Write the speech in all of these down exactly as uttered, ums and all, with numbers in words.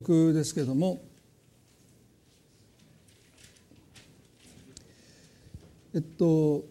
ですけれども、えっと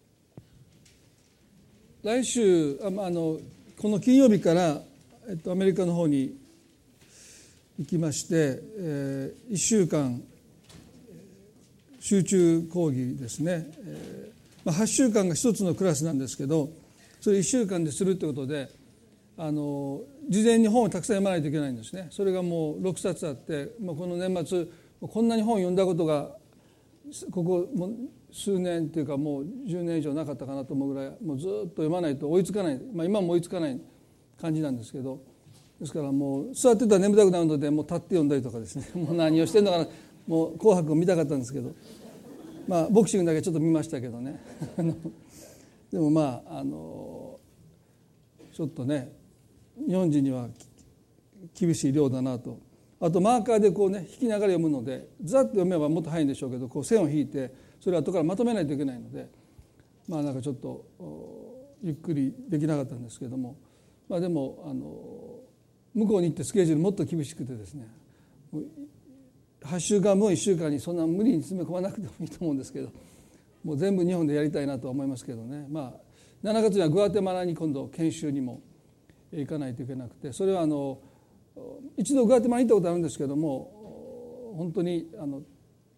来週ああのこの金曜日から、えっと、アメリカの方に行きまして、えー、いっしゅうかん集中講義ですね、えーまあ、はっしゅうかんが一つのクラスなんですけど、それいっしゅうかんでするということで、あの事前に本をたくさん読まないといけないんですね。それがもうろくさつあって、もうこの年末こんなに本を読んだことがここもう数年というかもうじゅうねん以上なかったかなと思うぐらい、もうずっと読まないと追いつかない、まあ、今も追いつかない感じなんですけど、ですからもう座ってたら眠たくなるのでもう立って読んだりとかですね、もう何をしてんのかな、もう紅白を見たかったんですけど、まあボクシングだけちょっと見ましたけどねでもまああのちょっとね日本人には厳しい量だなと。あとマーカーでこうね引きながら読むので、ざっと読めばもっと早いんでしょうけど、こう線を引いてそれを後からまとめないといけないので、まあなんかちょっとゆっくりできなかったんですけども、まあでもあの向こうに行ってスケジュールもっと厳しくてですね、はっしゅうかんぶんいっしゅうかんにそんな無理に詰め込まなくてもいいと思うんですけど、もう全部日本でやりたいなとは思いますけどね。まあしちがつにはグアテマラに今度研修にも行かないといけなくて、それはあの一度グアテマラに行ったことあるんですけども、本当にあの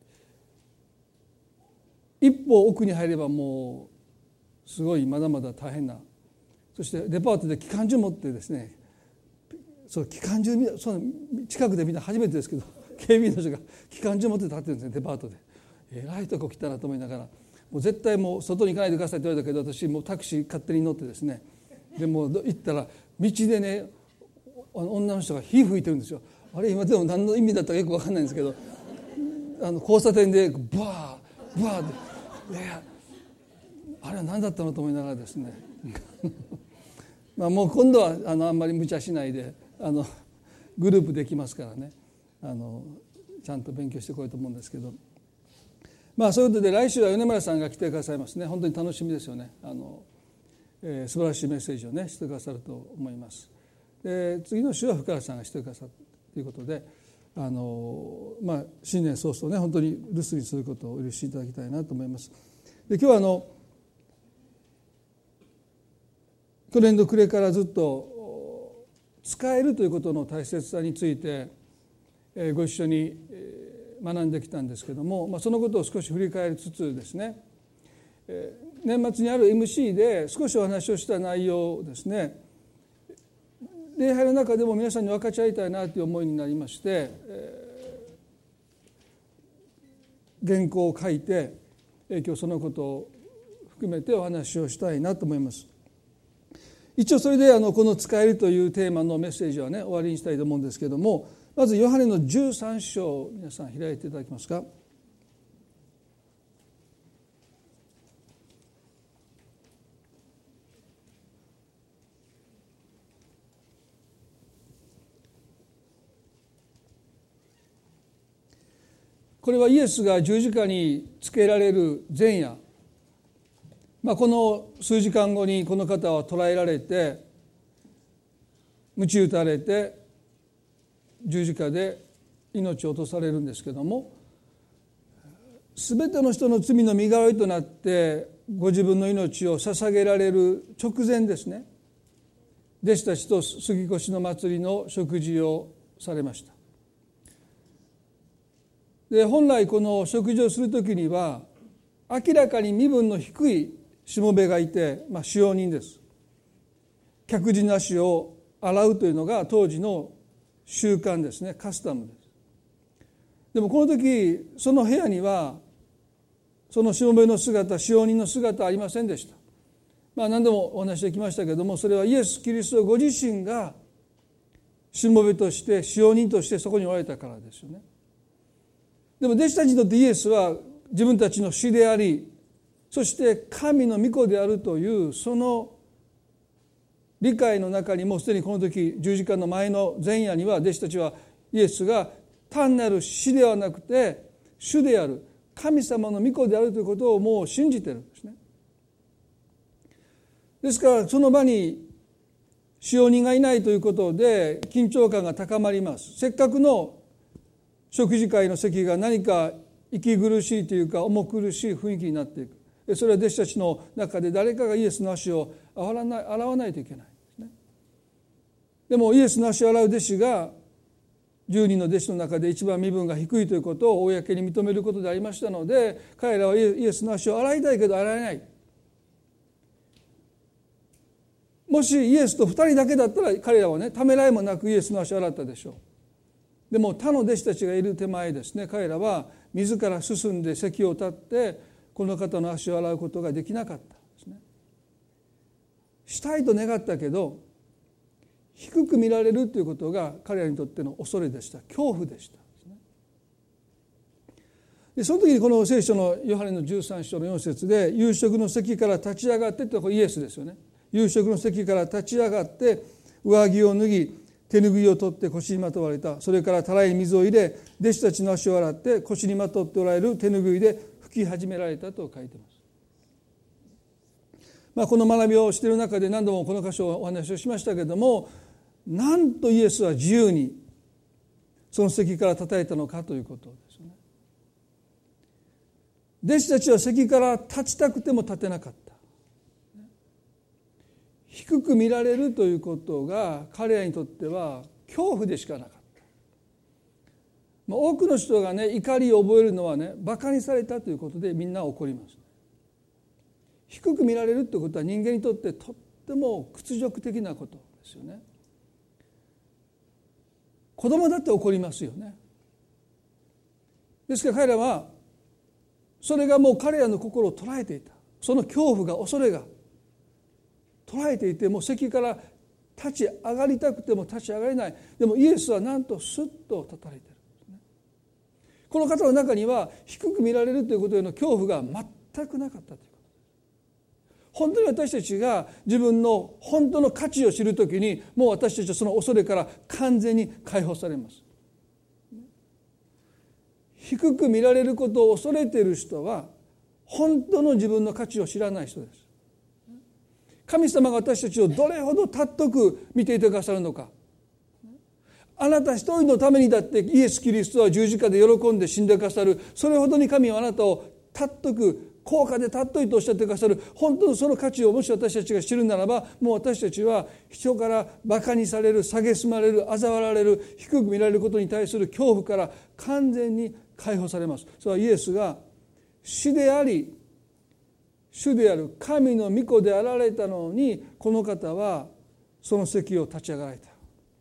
一歩奥に入ればもうすごいまだまだ大変な、そしてデパートで機関銃持ってですね、そう機関銃その近くで見た初めてですけど、警備員の人が機関銃持って立ってるんですね、デパートで。えらいとこ来たなと思いながら、もう絶対もう外に行かないでくださいって言われたけど、私もうタクシー勝手に乗ってですね、でも行ったら道でね女の人が火吹いてるんですよ。あれ今でも何の意味だったかよく分かんないんですけど、あの交差点でバーバーって、いやあれは何だったのと思いながらですねまあもう今度はあのあんまり無茶しないで、あのグループできますからね、あのちゃんと勉強してこようと思うんですけど、まあそういうことで来週は米村さんが来てくださいますね。本当に楽しみですよね。あのえー、素晴らしいメッセージをねしてくださると思います。で次の週は福原さんがしてくださるということで、あの、まあ、新年早々ね本当に留守にすることをお許しいただきたいなと思います。で今日はあの去年の暮れからずっと使えるということの大切さについて、えー、ご一緒に学んできたんですけども、まあ、そのことを少し振り返りつつですね、えー年末にある エムシー で少しお話をした内容ですね、礼拝の中でも皆さんに分かち合いたいなという思いになりまして、えー、原稿を書いて今日そのことを含めてお話をしたいなと思います。一応それであのこの使えるというテーマのメッセージはね終わりにしたいと思うんですけれども、まずヨハネのじゅうさん章を皆さん開いていただけますか。これはイエスが十字架につけられる前夜、まあ、この数時間後にこの方は捕らえられて鞭打たれて十字架で命を落とされるんですけども、全ての人の罪の身代わりとなってご自分の命を捧げられる直前ですね、弟子たちと杉越の祭りの食事をされました。で本来この食事をするときには明らかに身分の低いしもべがいて、まあ、使用人です。客人の足を洗うというのが当時の習慣ですね、カスタムです。でもこの時その部屋にはそのしもべの姿、使用人の姿はありませんでした。まあ何度もお話してきましたけれども、それはイエス・キリストご自身がしもべとして使用人としてそこにおられたからですよね。でも弟子たちにとってイエスは自分たちの主であり、そして神の御子であるというその理解の中にもすでにこの時十字架の前の前夜には弟子たちはイエスが単なる死ではなくて主である神様の御子であるということをもう信じているんですね。ですからその場に使用人がいないということで緊張感が高まります。せっかくの食事会の席が何か息苦しいというか重苦しい雰囲気になっていく。それは弟子たちの中で誰かがイエスの足を洗わない、洗わないといけないですね。でもイエスの足を洗う弟子がじゅうにんの弟子の中で一番身分が低いということを公に認めることでありましたので、彼らはイエスの足を洗いたいけど洗えない。もしイエスとふたりだけだったら彼らはね、ためらいもなくイエスの足を洗ったでしょう。でも他の弟子たちがいる手前ですね、彼らは自ら進んで席を立ってこの方の足を洗うことができなかったですね。したいと願ったけど低く見られるということが彼らにとっての恐れでした。恐怖でした。でその時にこの聖書のヨハネのじゅうさん章のよん節で夕食の席から立ち上がってってこれイエスですよね。夕食の席から立ち上がって上着を脱ぎ手ぬぐいを取って腰にまとわれた。それからたらいに水を入れ弟子たちの足を洗って腰にまとっておられる手ぬぐいで拭き始められたと書いています。まあ、この学びをしている中で何度もこの箇所をお話をしましたけれども、なんとイエスは自由にその席から立たれたのかということですね。弟子たちは席から立ちたくても立てなかった。低く見られるということが彼らにとっては恐怖でしかなかった。まあ、多くの人がね怒りを覚えるのはね馬鹿にされたということでみんな怒ります。低く見られるということは人間にとってとっても屈辱的なことですよね。子供だって怒りますよね。ですから彼らはそれがもう彼らの心を捉えていた。その恐怖が恐れが捉えていてもう席から立ち上がりたくても立ち上がれない。でもイエスはなんとスッと立たれている。この方の中には低く見られるということへの恐怖が全くなかったということです。本当に私たちが自分の本当の価値を知るときにもう私たちはその恐れから完全に解放されます。低く見られることを恐れている人は本当の自分の価値を知らない人です。神様が私たちをどれほど尊く見ていてくださるのか。あなた一人のためにだってイエス・キリストは十字架で喜んで死んでくださる。それほどに神はあなたを尊く高価で尊いとおっしゃってくださる。本当のその価値をもし私たちが知るならばもう私たちは人から馬鹿にされる、蔑まれる、嘲笑われる、低く見られることに対する恐怖から完全に解放されます。それはイエスが死であり主である神の御子であられたのにこの方はその席を立ち上がられた。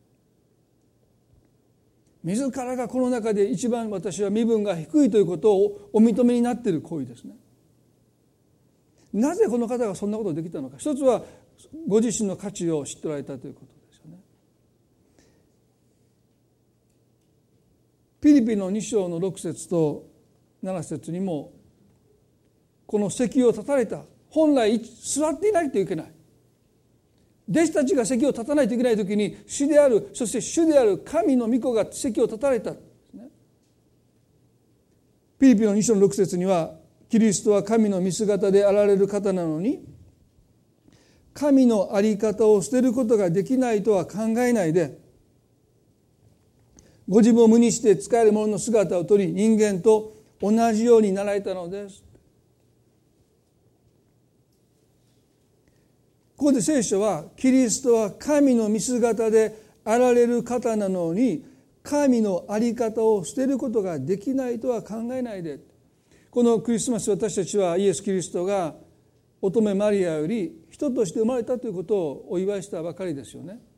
自らがこの中で一番私は身分が低いということをお認めになっている行為ですね。なぜこの方がそんなことができたのか。一つはご自身の価値を知っておられたということですよね。ピリピのに章のろく節となな節にもこの席を立たれた。本来座っていないといけない。弟子たちが席を立たないといけないときに主である、そして主である神の御子が席を立たれた。ピリピのに章のろく節にはキリストは神の見姿であられる方なのに神の在り方を捨てることができないとは考えないでご自分を無にして仕える者の姿をとり人間と同じようになられたのです。ここで聖書はキリストは神の見姿であられる方なのに神の在り方を捨てることができないとは考えないで。このクリスマス私たちはイエス・キリストが乙女マリアより人として生まれたということをお祝いしたばかりですよね。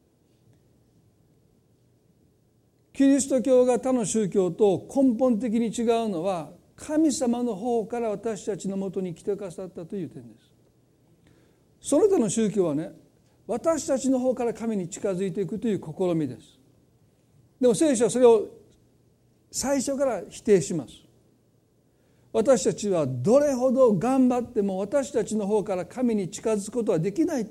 キリスト教が他の宗教と根本的に違うのは神様の方から私たちのもとに来てくださったという点です。その他の宗教はね、私たちの方から神に近づいていくという試みです。でも聖書はそれを最初から否定します。私たちはどれほど頑張っても私たちの方から神に近づくことはできないって。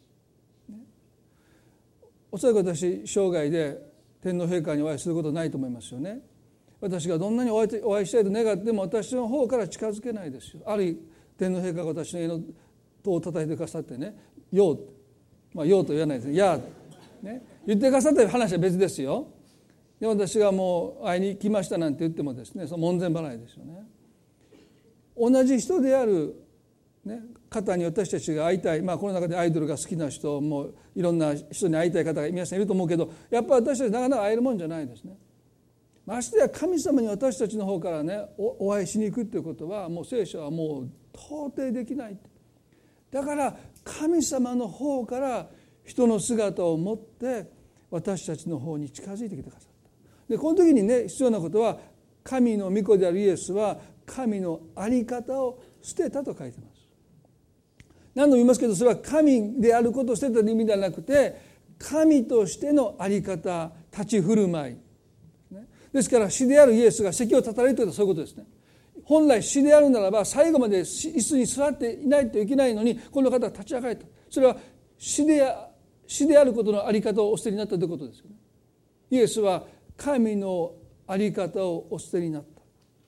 おそらく私生涯で天皇陛下にお会いすることはないと思いますよね。私がどんなにお会い、お会いしたいと願っても私の方から近づけないですよ。ある天皇陛下が私の家の戸を叩いてくださってね、ようまあようと言わないですね。やあ、ね、言ってくださった話は別ですよ。で私がもう会いに来ましたなんて言ってもですね、その門前払いですよね。同じ人である、ね、方に私たちが会いたい、まあこの中でアイドルが好きな人もいろんな人に会いたい方が皆さんいると思うけど、やっぱり私たちなかなか会えるもんじゃないですね。ましてや神様に私たちの方からね お, お会いしに行くということはもう聖書はもう到底できない。だから神様の方から人の姿を持って私たちの方に近づいてきてくださった。でこの時にね必要なことは、神の御子であるイエスは神の在り方を捨てたと書いてます。何度も言いますけど、それは神であることを捨てたという意味ではなくて、神としての在り方、立ち振る舞いですから、死であるイエスが席を立たれるというのはそういうことですね。本来死であるならば最後まで椅子に座っていないといけないのに、この方は立ち上がれた。それは死で、死であることの在り方をお捨てになったということですよね。イエスは神の在り方をお捨てになった。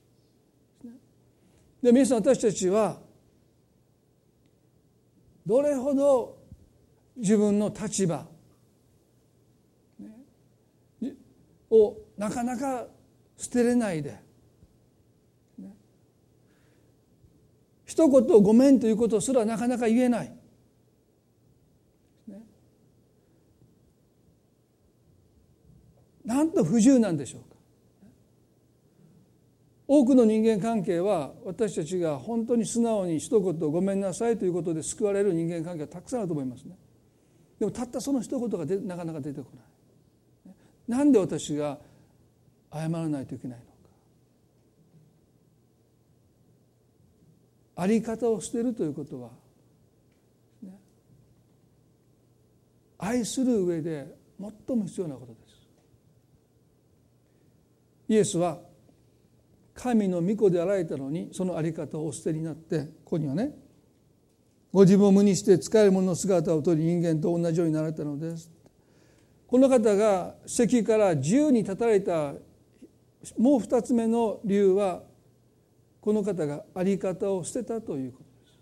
で皆さん、私たちはどれほど自分の立場をなかなか捨てれないで、ね、一言ごめんということすらなかなか言えない、ね、なんと不自由なんでしょうか。多くの人間関係は私たちが本当に素直に一言ごめんなさいということで救われる人間関係はたくさんあると思いますね。でもたったその一言がでなかなか出てこない。なんで私が謝らないといけないのか。在り方を捨てるということは、ね、愛する上で最も必要なことです。イエスは神の御子であられたのに、その在り方をお捨てになって、ここにはね、ご自分を無にして使える者の姿を取り人間と同じようになられたのです。この方が席から自由に立たれたもう二つ目の理由は、この方が在り方を捨てたということです。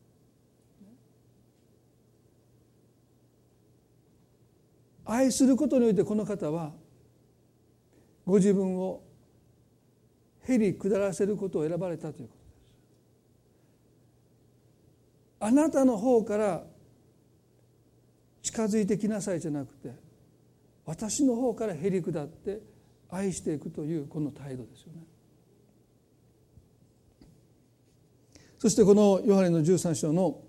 愛することにおいてこの方はご自分をへり下らせることを選ばれたということです。あなたの方から近づいてきなさいじゃなくて、私の方からへり下って愛していくというこの態度ですよね。そしてこのヨハネのじゅうさん章の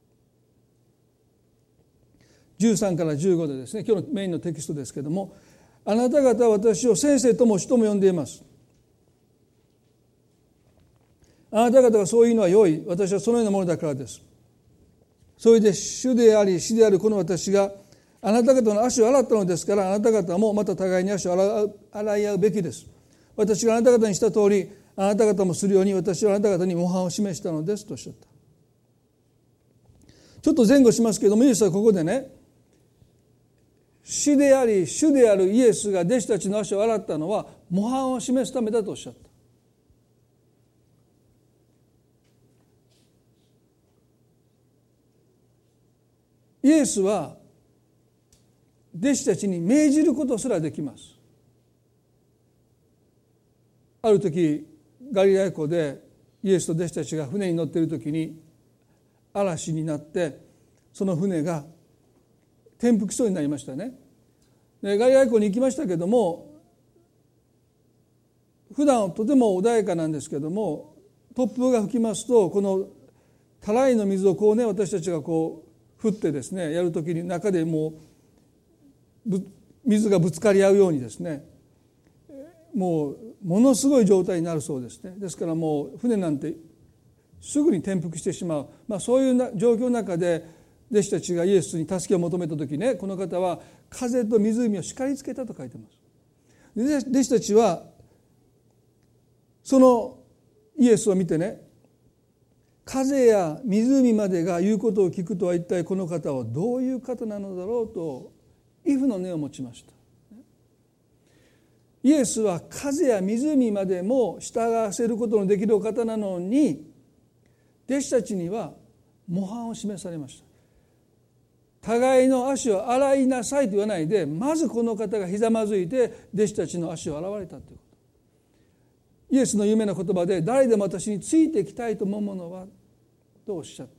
じゅうさんからじゅうごでですね、今日のメインのテキストですけれども、あなた方は私を先生とも主とも呼んでいます。あなた方がそういうのは良い。私はそのようなものだからです。それで主であり死であるこの私があなた方の足を洗ったのですから、あなた方もまた互いに足を洗う、洗い合うべきです。私があなた方にした通り、あなた方もするように私はあなた方に模範を示したのですとおっしゃった。ちょっと前後しますけれども、イエスはここでね、死であり主であるイエスが弟子たちの足を洗ったのは模範を示すためだとおっしゃった。イエスは弟子たちに命じることすらできます。ある時ガリラヤ湖でイエスと弟子たちが船に乗っている時に嵐になって、その船が転覆しそうになりましたね。でガリラヤ湖に行きましたけども、普段とても穏やかなんですけども、突風が吹きますと、このたらいの水をこうね、私たちがこう振ってですねやるときに、中でもう水がぶつかり合うようにですね、もうものすごい状態になるそうですね。ですからもう船なんてすぐに転覆してしまう、まあ、そういうな状況の中で弟子たちがイエスに助けを求めたときね、この方は風と湖を叱りつけたと書いてます。で弟子たちはそのイエスを見てね、風や湖までが言うことを聞くとは一体この方はどういう方なのだろうと畏怖の念を持ちました。イエスは風や湖までも従わせることのできるお方なのに、弟子たちには模範を示されました。 互いの足を洗いなさいと言わないで、まずこの方がひざまずいて弟子たちの足を洗われたということ。イエスの有名な言葉で、誰でも私についていきたいと思う者はとおっしゃった。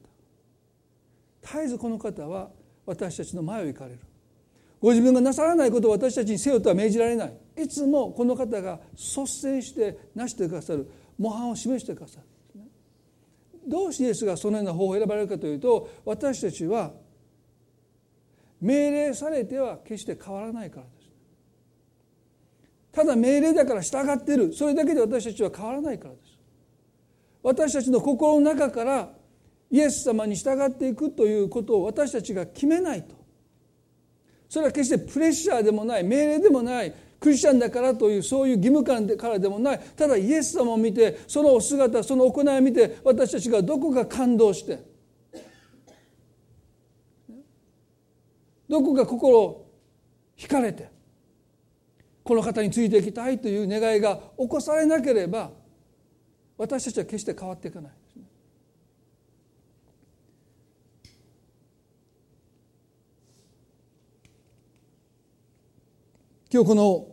絶えずこの方は私たちの前を行かれる。ご自分がなさらないことを私たちにせよとは命じられない。いつもこの方が率先してなしてくださる、模範を示してくださる。どうしてイエスがそのような方法を選ばれるかというと、私たちは命令されては決して変わらないからです。ただ命令だから従っている、それだけで私たちは変わらないからです。私たちの心の中からイエス様に従っていくということを私たちが決めないと、それは決してプレッシャーでもない、命令でもない、クリスチャンだからというそういう義務感からでもない、ただイエス様を見て、そのお姿、その行いを見て、私たちがどこか感動して、どこか心惹かれて、この方についていきたいという願いが起こされなければ、私たちは決して変わっていかないですね。今日この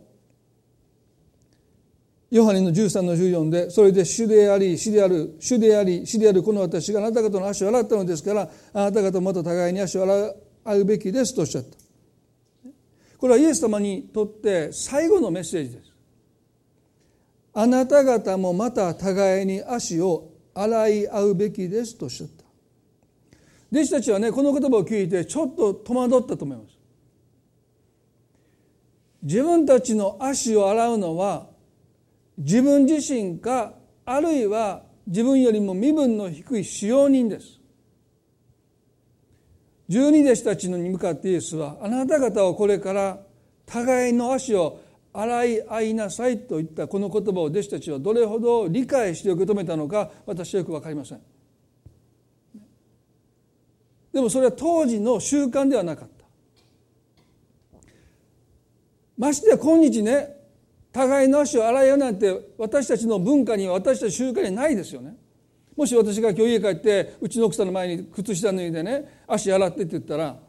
ヨハネのじゅうさんのじゅうよんで、それで主であり主である主であり主であるこの私があなた方の足を洗ったのですから、あなた方もまた互いに足を洗うべきですとおっしゃった。これはイエス様にとって最後のメッセージです。あなた方もまた互いに足を洗い合うべきですとおっしゃった。弟子たちはね、この言葉を聞いてちょっと戸惑ったと思います。自分たちの足を洗うのは自分自身か、あるいは自分よりも身分の低い使用人です。十二弟子たちに向かってイエスは、あなた方はこれから互いの足を洗い合いなさいといったこの言葉を弟子たちはどれほど理解して受け止めたのか、私はよく分かりません。でもそれは当時の習慣ではなかった。ましてや今日ね、互いの足を洗い合うなんて私たちの文化には、私たちの習慣にはないですよね。もし私が今日家帰ってうちの奥さんの前に靴下脱いでね、足洗ってって言ったら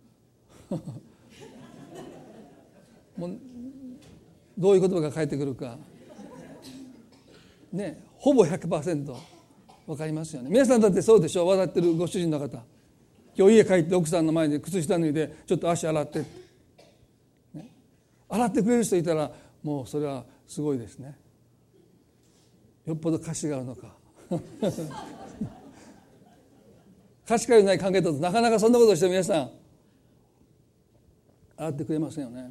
もうどういう言葉が返ってくるかね、ほぼ ひゃくパーセント 分かりますよね。皆さんだってそうでしょ。笑ってるご主人の方、今日家帰って奥さんの前で靴下脱いでちょっと足洗ってって、ね、洗ってくれる人いたらもうそれはすごいですね。よっぽど貸しがあるのか貸し借りない関係だとなかなかそんなことをして皆さん洗ってくれませんよね。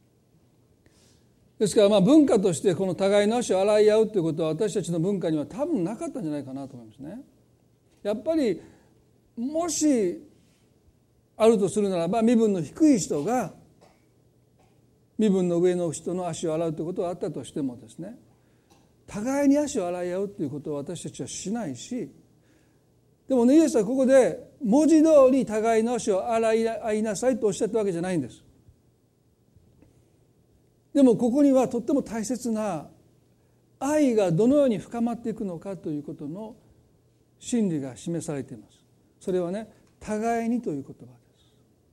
ですからまあ文化としてこの互いの足を洗い合うということは私たちの文化には多分なかったんじゃないかなと思いますね。やっぱりもしあるとするならば、身分の低い人が身分の上の人の足を洗うということはあったとしてもですね、互いに足を洗い合うということは私たちはしないし、でもね、イエスはここで文字通り互いの足を洗い合いなさいとおっしゃったわけじゃないんです。でもここにはとっても大切な愛がどのように深まっていくのかということの真理が示されています。それはね、互いにという言葉です。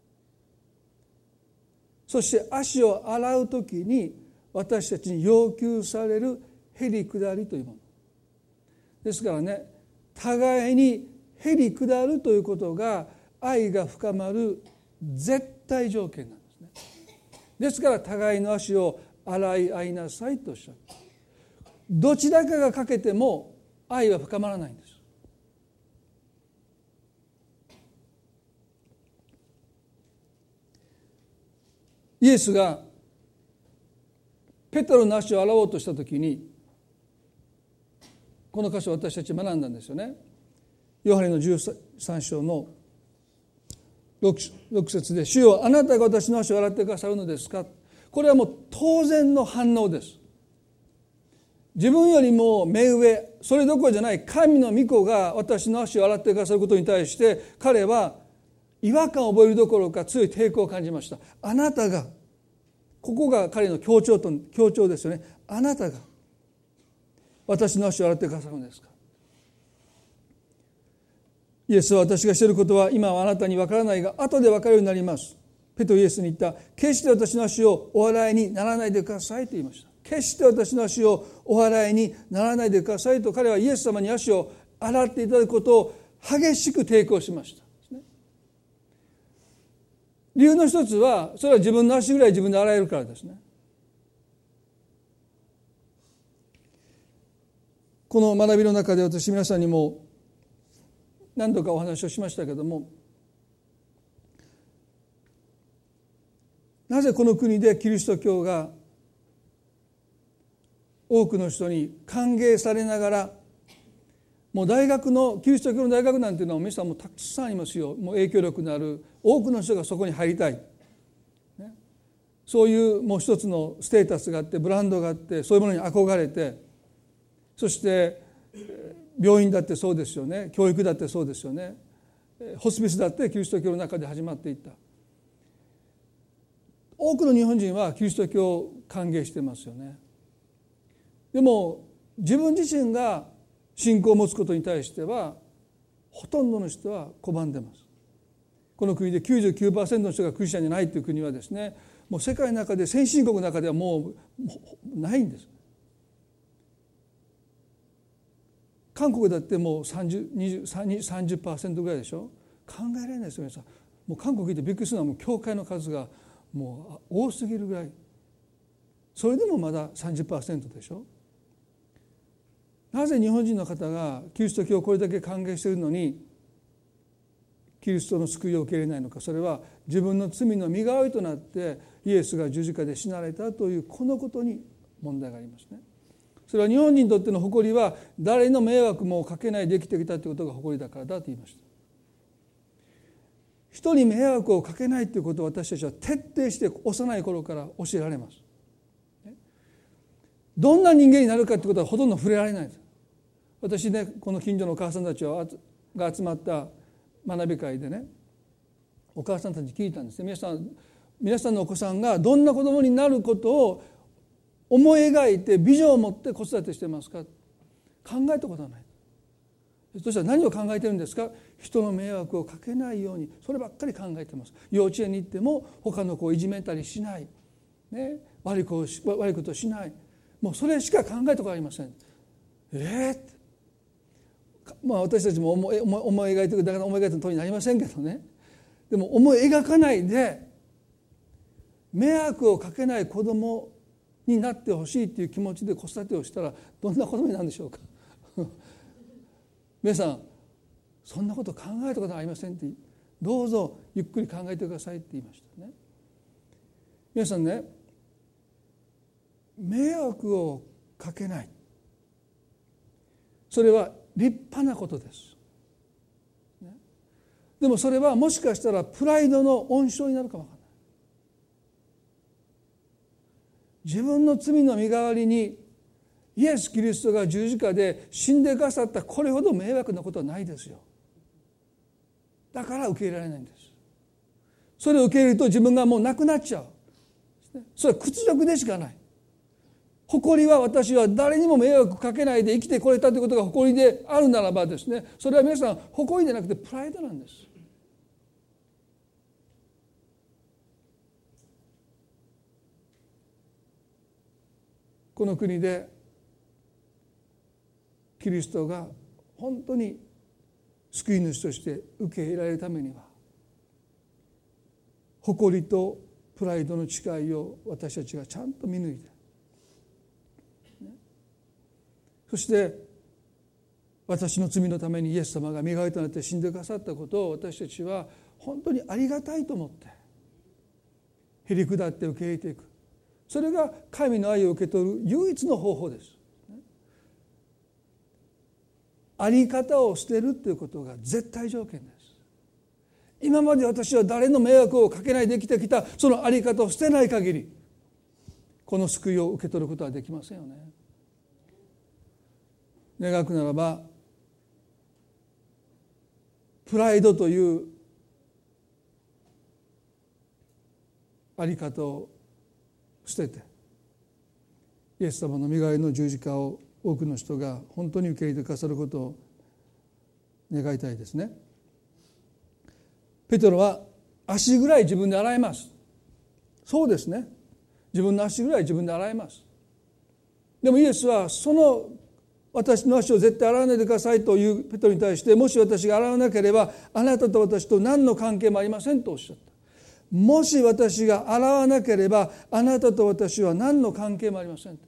そして足を洗うときに私たちに要求されるへり下りというものですからね、互いにへり下るということが愛が深まる絶対条件なんですね。ですから互いの足を洗い合いなさいとおっしゃる。どちらかが欠けても愛は深まらないんです。イエスがペテロの足を洗おうとしたときに、この箇所を私たち学んだんですよね。ヨハネのじゅうさん章の 6, 6節で、主よあなたが私の足を洗ってくださるのですか。これはもう当然の反応です。自分よりも目上、それどころじゃない神の御子が私の足を洗ってくださることに対して彼は違和感を覚えるどころか強い抵抗を感じました。あなたが、ここが彼の強調と強調ですよね。あなたが私の足を洗ってくださるのですか。 イエスは私がしていることは今はあなたに分からないが後で分かるようになります。ペトロイエスに言った。決して私の足をお洗いにならないでくださいと言いました。決して私の足をお洗いにならないでくださいと彼はイエス様に足を洗っていただくことを激しく抵抗しました。理由の一つはそれは自分の足ぐらい自分で洗えるからですね。この学びの中で私皆さんにも何度かお話をしましたけども、なぜこの国でキリスト教が多くの人に歓迎されながら、もう大学のキリスト教の大学なんていうのは皆さんもたくさんありますよ。もう影響力のある多くの人がそこに入りたい、ね、そういうもう一つのステータスがあってブランドがあって、そういうものに憧れて、そして病院だってそうですよね、教育だってそうですよね、ホスピスだってキリスト教の中で始まっていった。多くの日本人はキリスト教を歓迎してますよね。でも自分自身が信仰を持つことに対してはほとんどの人は拒んでます。この国で きゅうじゅうきゅうパーセント の人がクリスチャンじゃないという国はですね、もう世界の中で先進国の中ではもうないんです。韓国だってもうさんじゅう、にじゅう、さんじゅっパーセント ぐらいでしょ。考えられないですよ皆さん。もう韓国行ってびっくりするのはもう教会の数がもう多すぎるぐらい。それでもまだ さんじゅっパーセント でしょ。なぜ日本人の方がキリスト教をこれだけ歓迎しているのにキリストの救いを受け入れないのか。それは自分の罪の身代わりとなってイエスが十字架で死なれたというこのことに問題がありますね。それは日本人にとっての誇りは誰の迷惑もかけないで生きてきたということが誇りだからだと言いました。人に迷惑をかけないということを私たちは徹底して幼い頃から教えられます。どんな人間になるかということはほとんど触れられないです。私ね、この近所のお母さんたちが集まった学び会でね、お母さんたちに聞いたんですね。皆さん皆さんのお子さんがどんな子供になることを思い描いてビジョンを持って子育てしてますか。考えたことはない。そしたら何を考えてるんですか。人の迷惑をかけないようにそればっかり考えてます。幼稚園に行っても他の子をいじめたりしない、ね、悪い子を悪いことをしない、もうそれしか考えたことありません。えー、まあ私たちも思い思い描いてるだから思い描いた通りになりませんけどね。でも思い描かないで迷惑をかけない子供になってほしいという気持ちで子育てをしたらどんな子供になるんでしょうか。皆さんそんなこと考えたことありませんって、どうぞゆっくり考えてくださいって言いましたね。皆さんね、迷惑をかけない、それは立派なことです。でもそれはもしかしたらプライドの温床になるかもわからない。自分の罪の身代わりにイエス・キリストが十字架で死んでくださったこれほど迷惑なことはないですよ。だから受け入れられないんです。それを受け入れると自分がもうなくなっちゃう。それは屈辱でしかない。誇りは私は誰にも迷惑かけないで生きてこれたということが誇りであるならばですね、それは皆さん誇りでなくてプライドなんです。この国でキリストが本当に救い主として受け入れられるためには、誇りとプライドの誓いを私たちがちゃんと見抜いて、そして私の罪のためにイエス様が身代わりとなって死んでくださったことを私たちは本当にありがたいと思ってへりくだって受け入れていく。それが神の愛を受け取る唯一の方法です。あり方を捨てるということが絶対条件です。今まで私は誰の迷惑をかけないで生きてきたそのあり方を捨てない限りこの救いを受け取ることはできませんよね。願くならばプライドというあり方を捨ててイエス様の身代わりの十字架を多くの人が本当に受け入れてくださることを願いたいですね。 ペテロは足ぐらい自分で洗います。そうですね、自分の足ぐらい自分で洗います。でもイエスはその私の足を絶対洗わないでくださいというペテロに対して、もし私が洗わなければあなたと私と何の関係もありませんとおっしゃった。もし私が洗わなければあなたと私は何の関係もありません。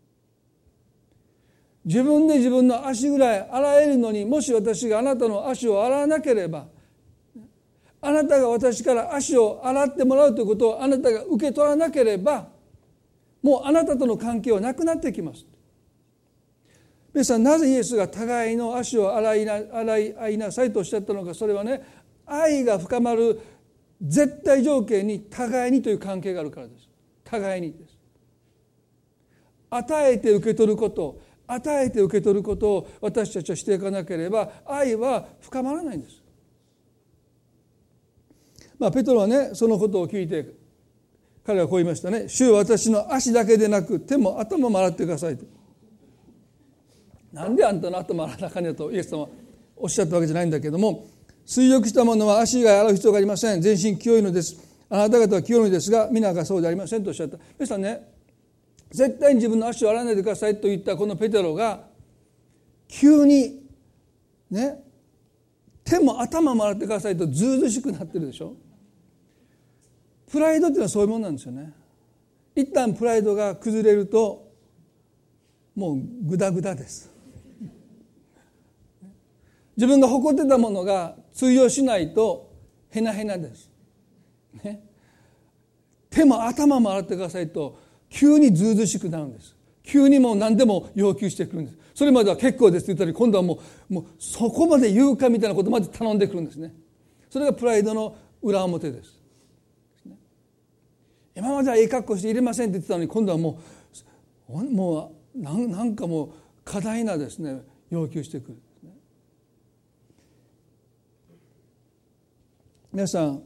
自分で自分の足ぐらい洗えるのに、もし私があなたの足を洗わなければ、あなたが私から足を洗ってもらうということをあなたが受け取らなければ、もうあなたとの関係はなくなってきます。皆さん、なぜイエスが互いの足を洗いな、洗い合いなさいとおっしゃったのか。それはね、愛が深まる絶対条件に互いにという関係があるからです。互いにです。与えて受け取ること、与えて受け取ることを私たちはしていかなければ愛は深まらないんです。まあ、ペトロはね、そのことを聞いて彼はこう言いましたね。主よ、私の足だけでなく手も頭も洗ってくださいと。なんであんたの頭洗わなあかんねとイエス様はおっしゃったわけじゃないんだけども、水浴した者は足以外洗う必要がありません。全身清いのです。あなた方は清いのですが皆がそうでありませんとおっしゃった。皆さんね、絶対に自分の足を洗わないでくださいと言ったこのペテロが急にね、手も頭も洗ってくださいとずうずうしくなってるでしょ。プライドっていうのはそういうものなんですよね。一旦プライドが崩れるともうグダグダです。自分が誇ってたものが通用しないとヘナヘナです、ね、手も頭も洗ってくださいと急にずうずうしくなるんです。急にもう何でも要求してくるんです。それまでは結構ですって言ったり、今度はもう、もうそこまで言うかみたいなことまで頼んでくるんですね。それがプライドの裏表です。今まではええ格好して入れませんって言ってたのに、今度はもうもうなんかもう過大なですね要求してくるんですね。皆さん、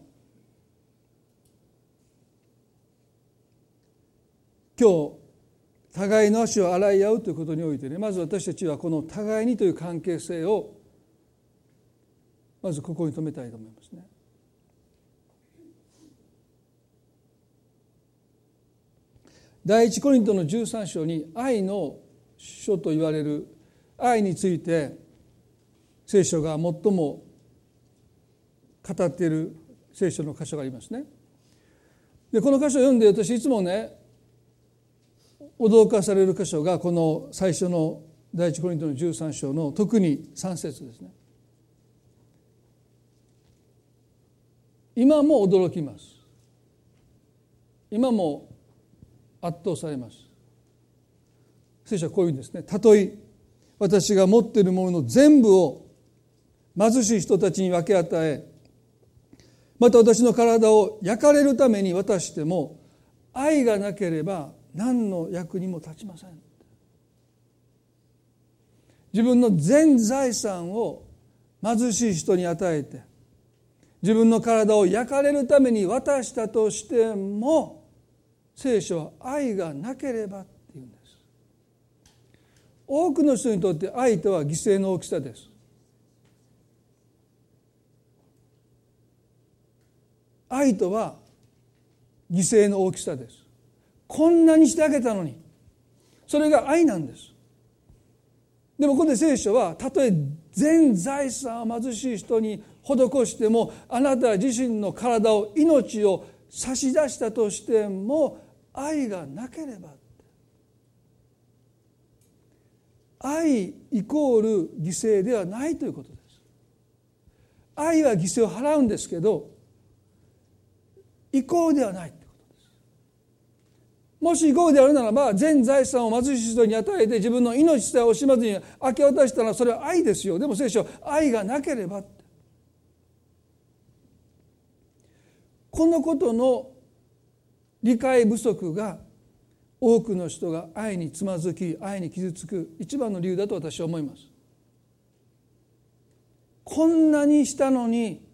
今日互いの足を洗い合うということにおいてね、まず私たちはこの互いにという関係性をまずここに留めたいと思いますね。第一コリントのじゅうさん章に愛の書と言われる愛について聖書が最も語っている聖書の箇所がありますね。でこの箇所を読んで私いつもね驚かされる箇所がこの最初の第一コリントのじゅうさん章の特にさん節ですね。今も驚きます。今も圧倒されます。聖書はこういうんですね。たとえ私が持っているものの全部を貧しい人たちに分け与え、また私の体を焼かれるために渡しても、愛がなければ何の役にも立ちません。自分の全財産を貧しい人に与えて、自分の体を焼かれるために渡したとしても、聖書は愛がなければって言うんです。多くの人にとって愛とは犠牲の大きさです。愛とは犠牲の大きさです。こんなにしてあげたのに、それが愛なんです。でもここで聖書は、たとえ全財産を貧しい人に施しても、あなた自身の体を命を差し出したとしても愛がなければ、愛イコール犠牲ではないということです。愛は犠牲を払うんですけど、イコールではないということです。もしイコールであるならば、全財産を貧しい人に与えて自分の命さえ惜しまずに明け渡したらそれは愛ですよ。でも聖書は愛がなければって、このことの理解不足が多くの人が愛につまずき、愛に傷つく一番の理由だと私は思います。こんなにしたのに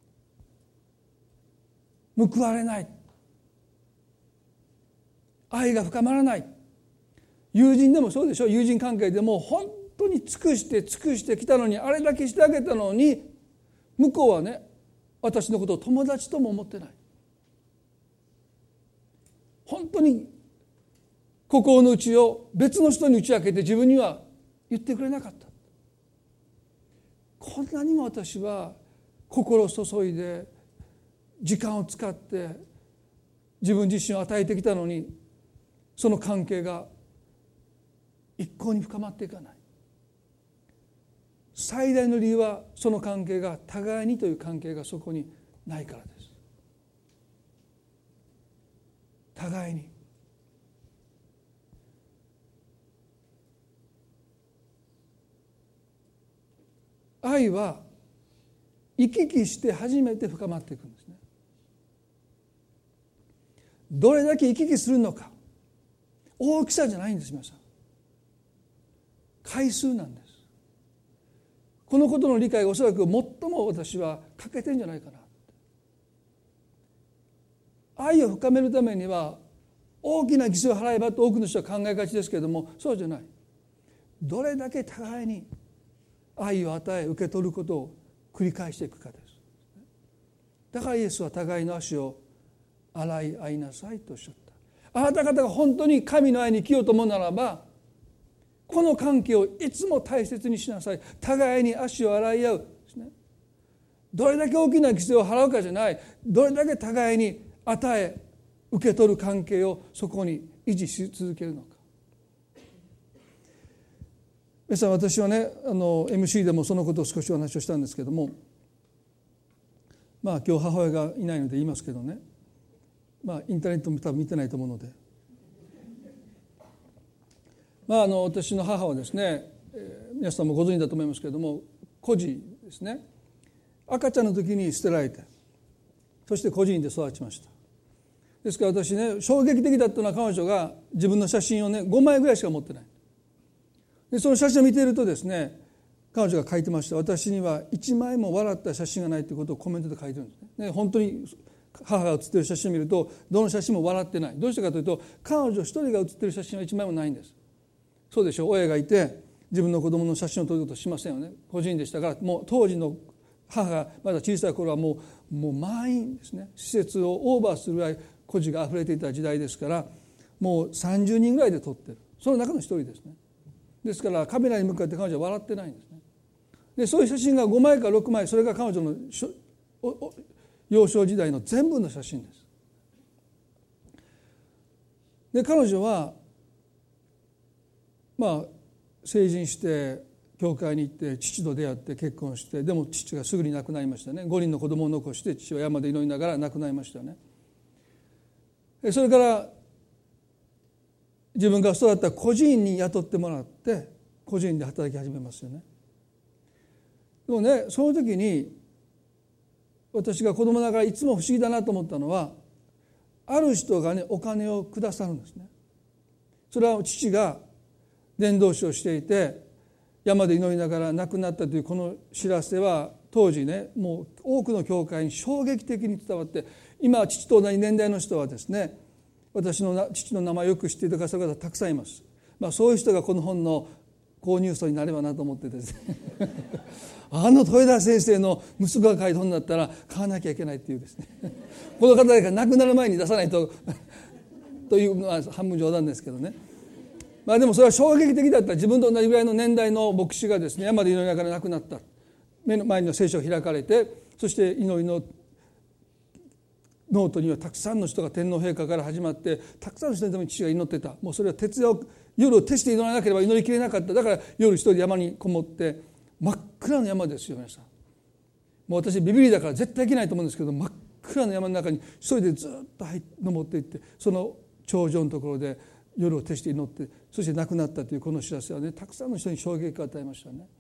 報われない、愛が深まらない。友人でもそうでしょ。友人関係でも本当に尽くして尽くしてきたのに、あれだけしてあげたのに向こうはね、 私のことを友達とも思ってない。本当に心の内を別の人に打ち明けて自分には言ってくれなかった。こんなにも私は心を注いで時間を使って自分自身を与えてきたのに、その関係が一向に深まっていかない。最大の理由はその関係が互いにという関係がそこにないからです。互いに。愛は行き来して初めて深まっていくんですね。どれだけ行き来するのか、大きさじゃないんです。皆さん、回数なんです。このことの理解がおそらく最も私は欠けてるんじゃないかな。愛を深めるためには大きな犠牲を払えばと多くの人は考えがちですけれども、そうじゃない。どれだけ互いに愛を与え受け取ることを繰り返していくかです。だからイエスは互いの足を洗い合いなさいとおっしゃった。あなた方が本当に神の愛に生きようと思うならば、この関係をいつも大切にしなさい。互いに足を洗い合うですね。どれだけ大きな犠牲を払うかじゃない、どれだけ互いに与え受け取る関係をそこに維持し続けるのか。皆さん、私はね、あの エムシー でもそのことを少しお話をしたんですけども、まあ今日母親がいないので言いますけどね、まあインターネットも多分見てないと思うので、まああの私の母はですね、えー、皆さんもご存知だと思いますけれども、孤児ですね。赤ちゃんの時に捨てられて、そして孤児院で育ちました。ですから私ね、衝撃的だったのは彼女が自分の写真をねごまいぐらいしか持ってない。でその写真を見ているとですね、彼女が書いてました。私にはいちまいも笑った写真がないということをコメントで書いてるんですね。で本当に母が写っている写真を見るとどの写真も笑ってない。どうしてかというと、彼女一人が写っている写真はいちまいもないんです。そうでしょう。親がいて自分の子供の写真を撮ることしませんよね。個人でしたから、もう当時の母がまだ小さい頃はもう、もう満員ですね。施設をオーバーするぐらい孤児があふれていた時代ですから、もうさんじゅうにんぐらいで撮ってる。その中の一人ですね。ですからカメラに向かって彼女は笑ってないんですね。でそういう写真がごまいかろくまい、それが彼女の幼少時代の全部の写真です。で彼女はまあ成人して教会に行って父と出会って結婚して、でも父がすぐに亡くなりましたね。ごにんの子供を残して父は山で祈りながら亡くなりましたね。それから自分が育った孤児院に雇ってもらって孤児院で働き始めますよね。でもね、その時に私が子供ながらいつも不思議だなと思ったのは、ある人がねお金をくださるんですね。それは父が伝道師をしていて山で祈りながら亡くなったというこの知らせは当時ね、もう多くの教会に衝撃的に伝わって、今父と同じ年代の人はですね、私の父の名前をよく知っていただく方たくさんいます。まあ、そういう人がこの本の購入層になればなと思ってですねあの豊田先生の息子が書いた本だったら買わなきゃいけないっていうですねこの方が亡くなる前に出さないとというのは半分冗談ですけどね。まあでもそれは衝撃的だった。自分と同じぐらいの年代の牧師がですね、山で祈りながら亡くなった。目の前の聖書が開かれて、そして祈りのノートにはたくさんの人が天皇陛下から始まってたくさんの人のために父が祈ってた。もうそれは徹夜を夜を徹して祈らなければ祈りきれなかった。だから夜一人で山にこもって、真っ暗の山ですよ皆さん。もう私ビビリだから絶対行けないと思うんですけど、真っ暗の山の中に一人でずっと登っていって、その頂上のところで夜を徹して祈って、そして亡くなったというこの知らせはね、たくさんの人に衝撃を与えましたね。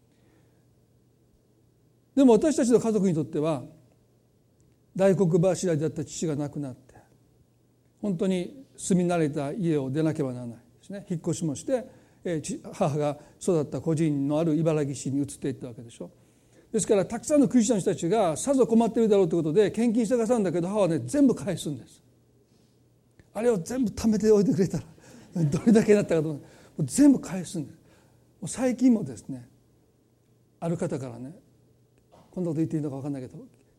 でも私たちの家族にとっては、大黒柱だった父が亡くなって、本当に住み慣れた家を出なければならないですね。引っ越しもして、えー、母が育った孤児院のある茨城市に移っていったわけでしょ。ですからたくさんのクリスチャンの人たちがさぞ困っているだろうということで献金してくださるんだけど、母はね全部返すんです。あれを全部貯めておいてくれたらどれだけだったかと思う。もう全部返すんです。もう最近もですね、ある方からね、こんなこと言っていいのか分かんないけど、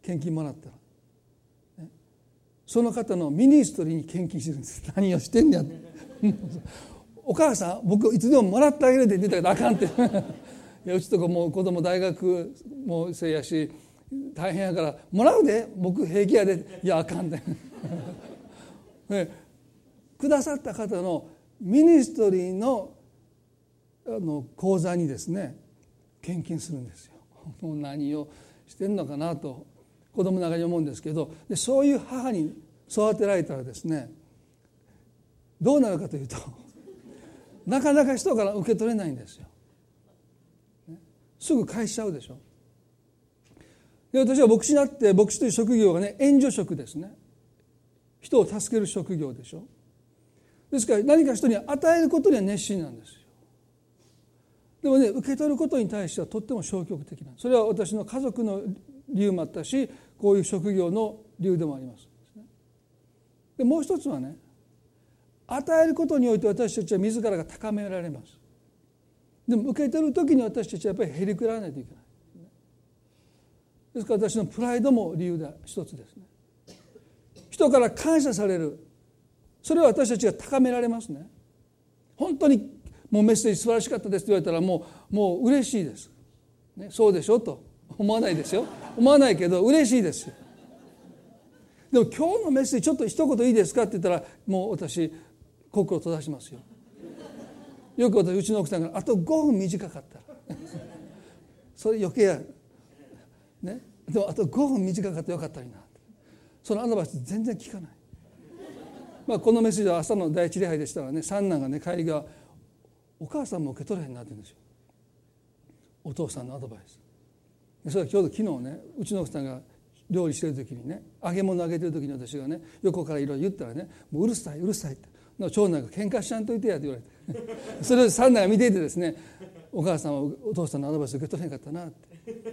献金もらったら、ね、その方のミニストリーに献金してるんです。何をしてんねやお母さん僕いつでももらってあげるって言ってたけどあかんっていやうちとかもう子供大学も生やし大変やからもらうで僕平気やでいやあかんで、ね、くださった方のミニストリーのあの口座にですね献金するんですよ。もう何をしてんのかなと子供の中に思うんですけど、でそういう母に育てられたらですねどうなるかというとなかなか人から受け取れないんですよ。すぐ返しちゃうでしょ。で私は牧師になって牧師という職業がね援助職ですね。人を助ける職業でしょ。ですから何か人に与えることには熱心なんですよ。でもね受け取ることに対してはとっても消極的なんです。それは私の家族の理由もあったしこういう職業の理由でもあります。でもう一つはね与えることにおいて私たちは自らが高められます。でも受け取るときに私たちはやっぱりへりくだらないといけない。ですから私のプライドも理由で一つですね。人から感謝される、それは私たちが高められますね。本当にもうメッセージ素晴らしかったですと言われたらもうもう嬉しいです、ね、そうでしょと思わないですよ。思わないけど嬉しいですよ。でも今日のメッセージちょっと一言いいですかって言ったらもう私心を閉ざしますよ。よく私うちの奥さんからあとごふん短かったらそれ余計やる、ね、でもあとごふん短かったらよかったらいいな。そのアドバイス全然聞かない。まあこのメッセージは朝の第一礼拝でしたらね三男がね帰りがお母さんも受け取れへんなって言うんですよ。お父さんのアドバイス。それは今日昨日ねうちの奥さんが料理してる時にね揚げ物揚げてる時に私がね横からいろいろ言ったらねもううるさいうるさいって長男が喧嘩しちゃんといてやって言われてそれを三男が見ていてですねお母さんはお父さんのアドバイス受け取れなかったなって。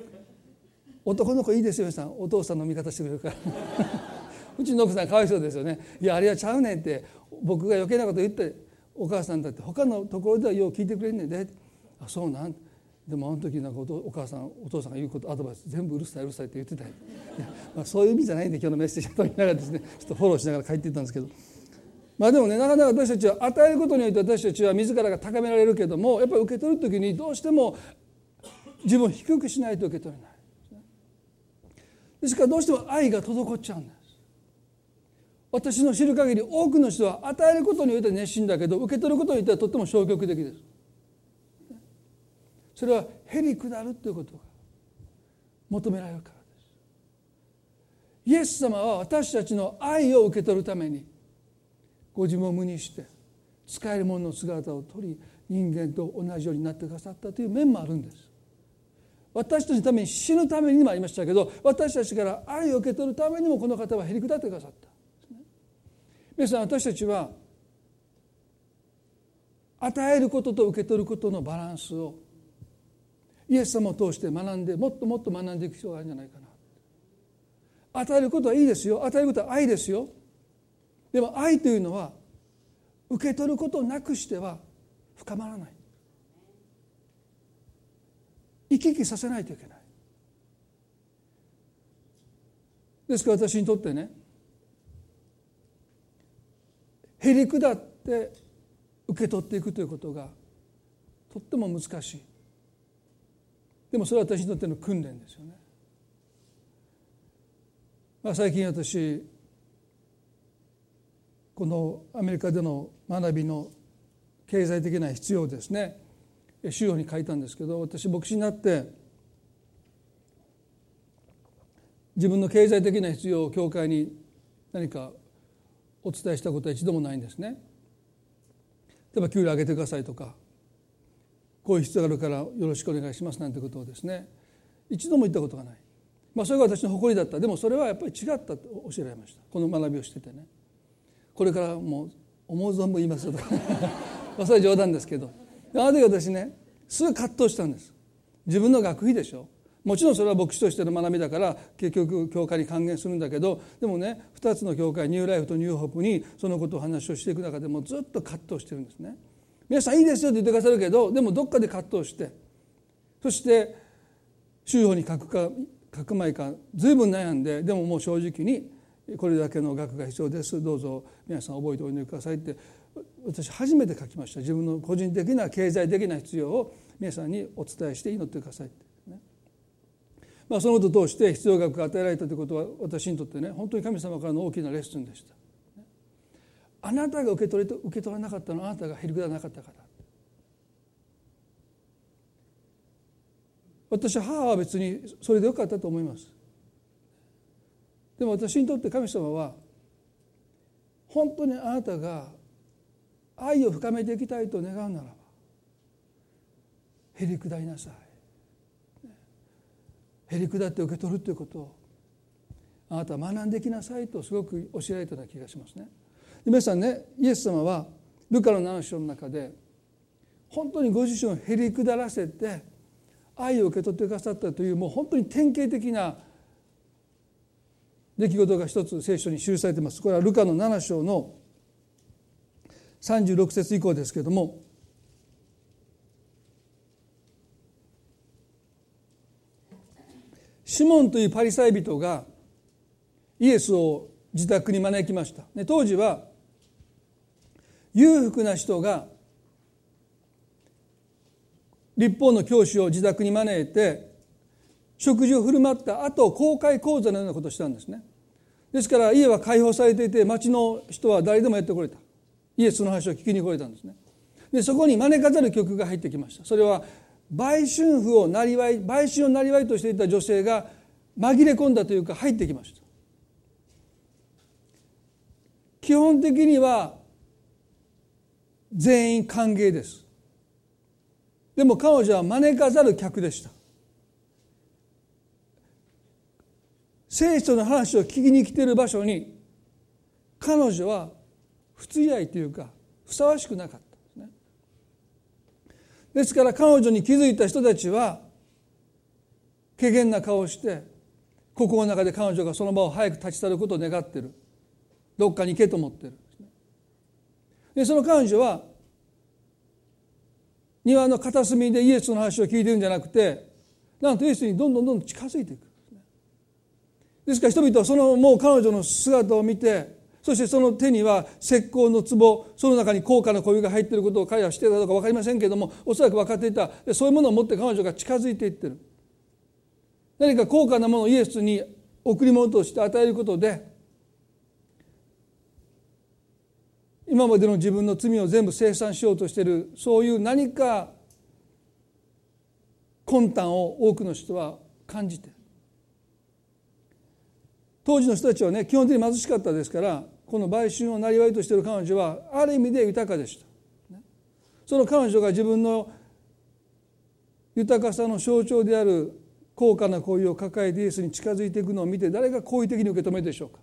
男の子いいですよさんお父さんの味方してくれるからうちの奥さんかわいそうですよね。いやあれはちゃうねんって僕が余計なこと言ってお母さんだって他のところではよう聞いてくれんねんで。あそうなんでもあの時なんか お, お母さんお父さんが言うことアドバイス全部うるさいうるさいって言ってたよ。いや、まあ、そういう意味じゃないんで今日のメッセージと言いながらですねちょっとフォローしながら帰っていったんですけど、まあでもねなかなか私たちは与えることによって私たちは自らが高められるけどもやっぱり受け取る時にどうしても自分を低くしないと受け取れない。ですからどうしても愛が滞っちゃうんです。私の知る限り多くの人は与えることによって熱心だけど受け取ることによってはとっても消極的です。それはへりくだるということが求められるからです。イエス様は私たちの愛を受け取るためにご自分を無にして使える者の姿を取り人間と同じようになってくださったという面もあるんです。私たちのために死ぬためにもありましたけど私たちから愛を受け取るためにもこの方はへりくだってくださった。皆さん私たちは与えることと受け取ることのバランスをイエス様を通して学んでもっともっと学んでいく必要があるんじゃないかな。与えることはいいですよ。与えることは愛ですよ。でも愛というのは受け取ることをなくしては深まらない。生き生きさせないといけない。ですから私にとってねへりくだって受け取っていくということがとっても難しい。でもそれは私にとっての訓練ですよね。まあ、最近私このアメリカでの学びの経済的な必要ですね資料に書いたんですけど私牧師になって自分の経済的な必要を教会に何かお伝えしたことは一度もないんですね。例えば給料上げてくださいとかこういう必要があるからよろしくお願いしますなんてことをですね一度も言ったことがない。まあそれが私の誇りだった。でもそれはやっぱり違ったと教えられました。この学びをしててねこれからもう思う存分言いますよとかまあそれは冗談ですけどあの時私ねすぐ葛藤したんです。自分の学費でしょ。もちろんそれは牧師としての学びだから結局教会に還元するんだけどでもねふたつの教会ニューライフとニューホープにそのことを話をしていく中でもずっと葛藤してるんですね。皆さんいいですよって言ってくださるけどでもどっかで葛藤してそして宗法に書くか書く前からずいぶん悩んで、でももう正直にこれだけの額が必要です、どうぞ皆さん覚えてお祈りくださいって私初めて書きました。自分の個人的な経済的な必要を皆さんにお伝えして祈ってくださいって、ね。まあ、そのことを通して必要額が与えられたということは私にとってね本当に神様からの大きなレッスンでした。あなたが受け取れ受け取らなかったのはあなたがへりくだらなかったから。私は母は別にそれでよかったと思います。でも私にとって神様は本当にあなたが愛を深めていきたいと願うならばへりくだりなさい。へりくだって受け取るということをあなたは学んでいきなさいとすごく教えられたような気がしますね。で皆さんね、イエス様はルカのなな章の中で本当にご自身をへりくだらせて愛を受け取ってくださったというもう本当に典型的な出来事が一つ聖書に記されています。これはルカのなな章のさんじゅうろく節以降ですけれども、シモンというパリサイ人がイエスを自宅に招きました。当時は裕福な人が律法の教師を自宅に招いて食事を振る舞った後公開講座のようなことをしたんですね。ですから家は開放されていて町の人は誰でもやってこれた。イエスの話を聞きに来れたんですね。でそこに招かざる客が入ってきました。それは売春婦をなりわい売春をなりわいとしていた女性が紛れ込んだというか入ってきました。基本的には全員歓迎です。でも彼女は招かざる客でした。聖書の話を聞きに来ている場所に彼女は不釣り合いというかふさわしくなかったんですね。ですから彼女に気づいた人たちは怪訝な顔をして心の中で彼女がその場を早く立ち去ることを願っている。どっかに行けと思っている。でその彼女は庭の片隅でイエスの話を聞いているんじゃなくて、なんとイエスにどんどんどんどん近づいていく。ですから人々はそのもう彼女の姿を見て、そしてその手には石膏の壺、その中に高価な小湯が入っていることを彼は知っていたかどうか分かりませんけれども、おそらく分かっていた。でそういうものを持って彼女が近づいていっている。何か高価なものをイエスに贈り物として与えることで今までの自分の罪を全部清算しようとしている、そういう何か魂胆を多くの人は感じている。当時の人たちはね基本的に貧しかったですから、この売春をなりわいとしている彼女はある意味で豊かでした。その彼女が自分の豊かさの象徴である高価な行為を抱えてイエスに近づいていくのを見て、誰が好意的に受け止めるでしょうか。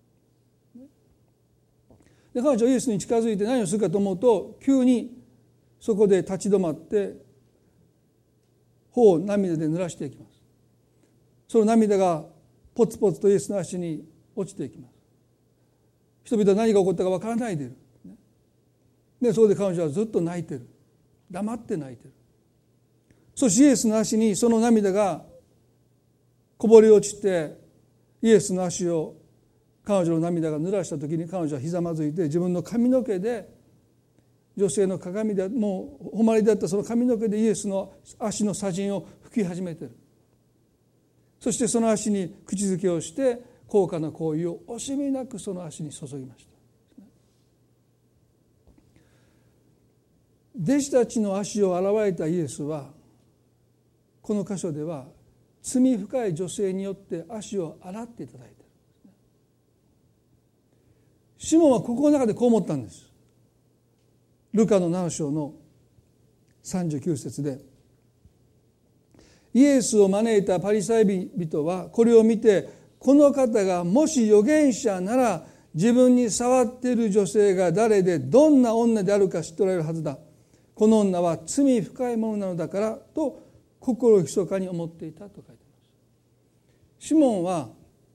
で彼女はイエスに近づいて何をするかと思うと、急にそこで立ち止まって頬を涙で濡らしていきます。その涙がポツポツとイエスの足に落ちていきます。人々は何が起こったか分からないでいる。でそこで彼女はずっと泣いている。黙って泣いている。そしてイエスの足にその涙がこぼれ落ちて、イエスの足を彼女の涙が濡らした時に彼女はひざまずいて、自分の髪の毛で女性の鏡でもう誉れであったその髪の毛でイエスの足の砂塵を拭き始めている。そしてその足に口づけをして高価な香油を惜しみなくその足に注ぎました。弟子たちの足を洗われたイエスはこの箇所では罪深い女性によって足を洗っていただいている。シモンはここの中でこう思ったんです。ルカのなな章のさんじゅうきゅう節で、イエスを招いたパリサイ人はこれを見て、この方がもし預言者なら自分に触っている女性が誰でどんな女であるか知っておられるはずだ。この女は罪深いものなのだからと心密かに思っていたと書いています。シモンは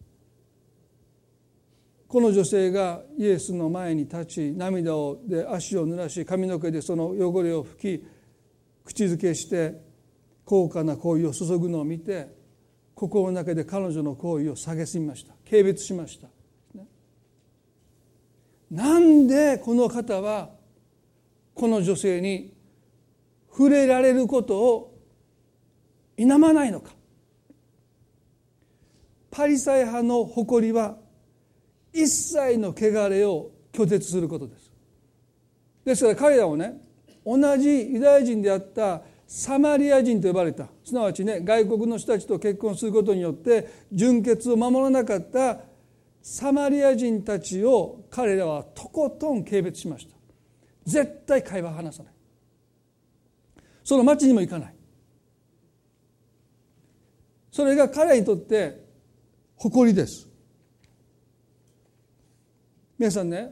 この女性がイエスの前に立ち、涙をで足を濡らし、髪の毛でその汚れを拭き、口づけして高価な香油を注ぐのを見て、 心の中で彼女の行為を蔑みました。軽蔑しました。なんでこの方はこの女性に触れられることを否まないのか。パリサイ派の誇りは一切の汚れを拒絶することです。ですから彼らをね、同じユダヤ人であったサマリア人と呼ばれた、すなわちね、外国の人たちと結婚することによって純潔を守らなかったサマリア人たちを彼らはとことん軽蔑しました。絶対会話を話さない。その町にも行かない。それが彼らにとって誇りです。皆さんね、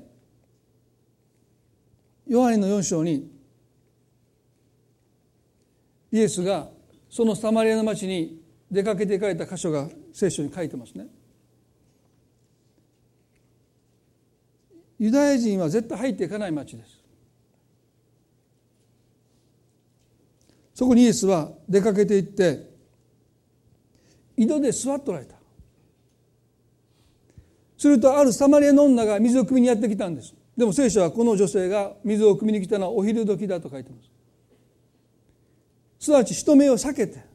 ヨハネのよん章にイエスがそのサマリアの町に出かけて行かれた箇所が聖書に書いてますね。ユダヤ人は絶対入っていかない町です。そこにイエスは出かけて行って井戸で座っておられた。するとあるサマリアの女が水を汲みにやってきたんです。でも聖書はこの女性が水を汲みに来たのはお昼時だと書いています。すなわち人目を避けて、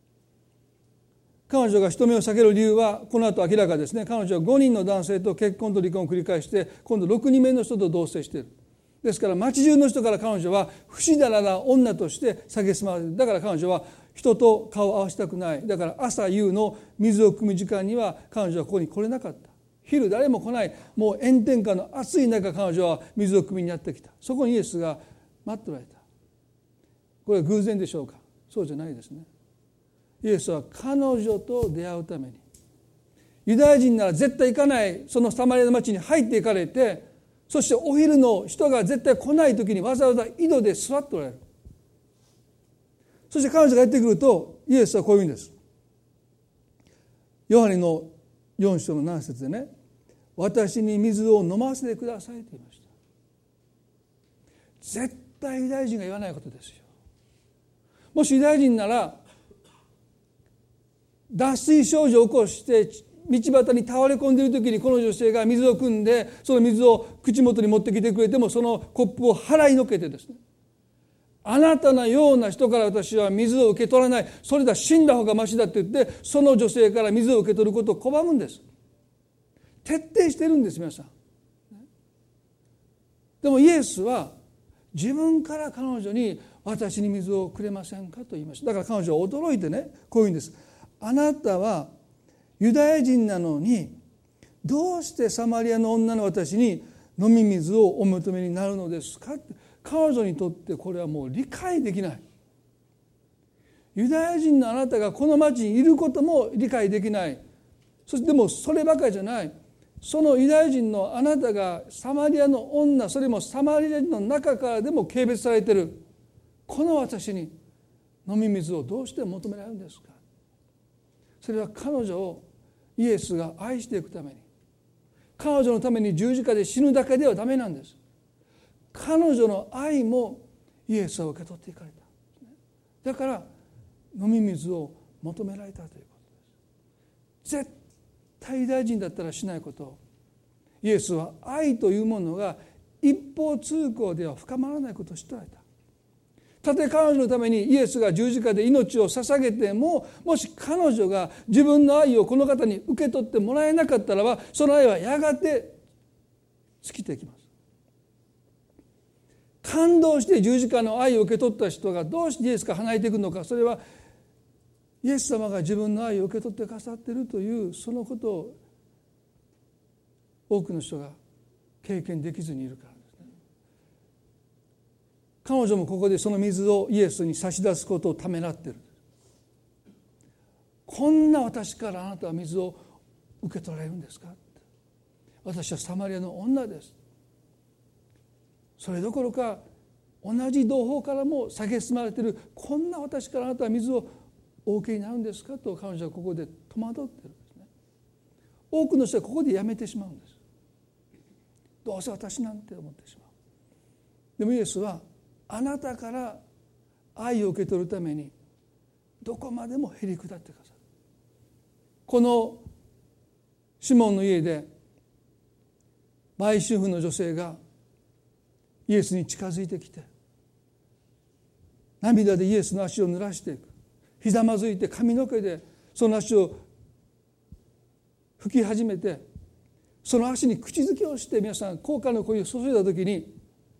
彼女が人目を避ける理由はこの後明らかですね。彼女はごにんの男性と結婚と離婚を繰り返して今度ろくにんめの人と同棲している。ですから町中の人から彼女は不死だらな女として蔑まれる。だから彼女は人と顔を合わせたくない。だから朝夕の水を汲む時間には彼女はここに来れなかった。昼誰も来ない、もう炎天下の暑い中彼女は水を汲みにやってきた。そこにイエスが待っておられた。これは偶然でしょうか。そうじゃないですね。イエスは彼女と出会うために、ユダヤ人なら絶対行かないそのサマリアの町に入っていかれて、そしてお昼の人が絶対来ない時にわざわざ井戸で座っておられる。そして彼女がやってくるとイエスはこう言うんです。ヨハネのよん章のなな節でね、私に水を飲ませてくださいと言いました。絶対ユダヤ人が言わないことですよ。もしユダヤ人なら脱水症状を起こして道端に倒れ込んでいる時にこの女性が水を汲んでその水を口元に持ってきてくれてもそのコップを払いのけてですね、あなたのような人から私は水を受け取らない、それだ死んだ方がましだって言ってその女性から水を受け取ることを拒むんです。徹底してるんです皆さん。でもイエスは自分から彼女に私に水をくれませんかと言いました。だから彼女は驚いてねこう言うんです。あなたはユダヤ人なのにどうしてサマリアの女の私に飲み水をお求めになるのですか。彼女にとってこれはもう理解できない。ユダヤ人のあなたがこの町にいることも理解できない。そしてでもそればかりじゃない、そのユダヤ人のあなたがサマリアの女、それもサマリア人の中からでも軽蔑されているこの私に飲み水をどうして求められるんですか。それは彼女をイエスが愛していくために、彼女のために十字架で死ぬだけではダメなんです。彼女の愛もイエスは受け取っていかれた。だから飲み水を求められたということです。絶対ユダヤ人だったらしないことをイエスは愛というものが一方通行では深まらないことを知っておられた。たとえ彼女のためにイエスが十字架で命を捧げても、もし彼女が自分の愛をこの方に受け取ってもらえなかったらば、その愛はやがて尽きていきます。感動して十字架の愛を受け取った人がどうしてイエスから離れていくのか、それはイエス様が自分の愛を受け取ってくださっているというそのことを多くの人が経験できずにいるからですね。彼女もここでその水をイエスに差し出すことをためらっている。こんな私からあなたは水を受け取られるんですか。私はサマリアの女です。それどころか同じ同胞からも蔑まれているこんな私からあなたは水をお受けになるんですかと彼女はここで戸惑っているんですね。多くの人はここでやめてしまうんです。どうせ私なんて思ってしまう。でもイエスはあなたから愛を受け取るためにどこまでもへり下ってくださる。 このシモンの家で売春婦の女性がイエスに近づいてきて、涙でイエスの足を濡らしていく。ひざまずいて髪の毛でその足を拭き始めて、その足に口づけをして、皆さん高価の声を注いだ時に、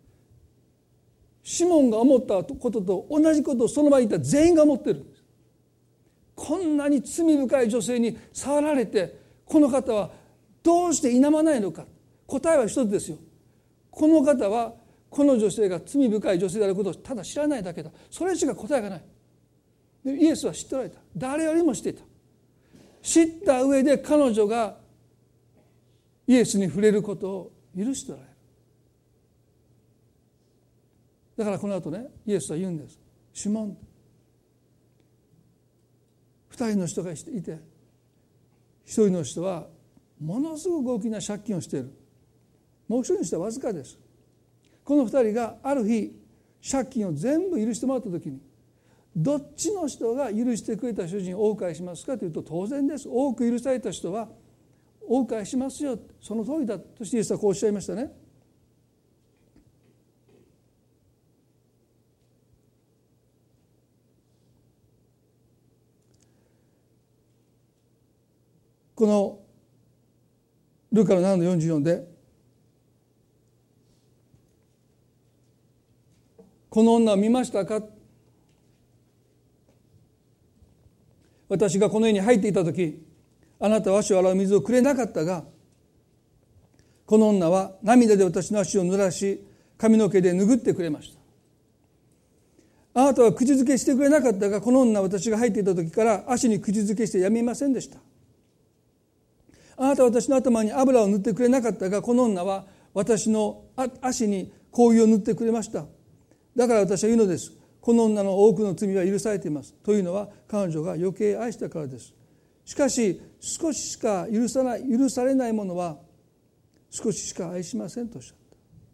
シモンが思ったことと同じことをその場にいた全員が思ってるんです。こんなに罪深い女性に触られて、この方はどうして否まないのか。答えは一つですよ。この方はこの女性が罪深い女性であることをただ知らないだけだ。それしか答えがない。でイエスは知っておられた。誰よりも知っていた。知った上で彼女がイエスに触れることを許しておられる。だからこの後ね、イエスは言うんです。シモン、二人の人がいて、一人の人はものすごく大きな借金をしている。もう一人の人はわずかです。この二人がある日借金を全部許してもらった時に、どっちの人が許してくれた主人をお受けしますかというと、当然です。多く許された人はお受けしますよ。その通りだとしてイエスはこうおっしゃいましたね。このルカのななのよんじゅうよんで、この女を見ましたか。私がこの家に入っていたとき、あなたは足を洗う水をくれなかったが、この女は涙で私の足を濡らし、髪の毛で拭ってくれました。あなたは口づけしてくれなかったが、この女は私が入っていたときから足に口づけしてやめませんでした。あなたは私の頭に油を塗ってくれなかったが、この女は私の足に香油を塗ってくれました。だから私は言うのです。この女の多くの罪は許されています。というのは彼女が余計愛したからです。しかし少ししか許さない、許されないものは少ししか愛しませんとおっしゃった。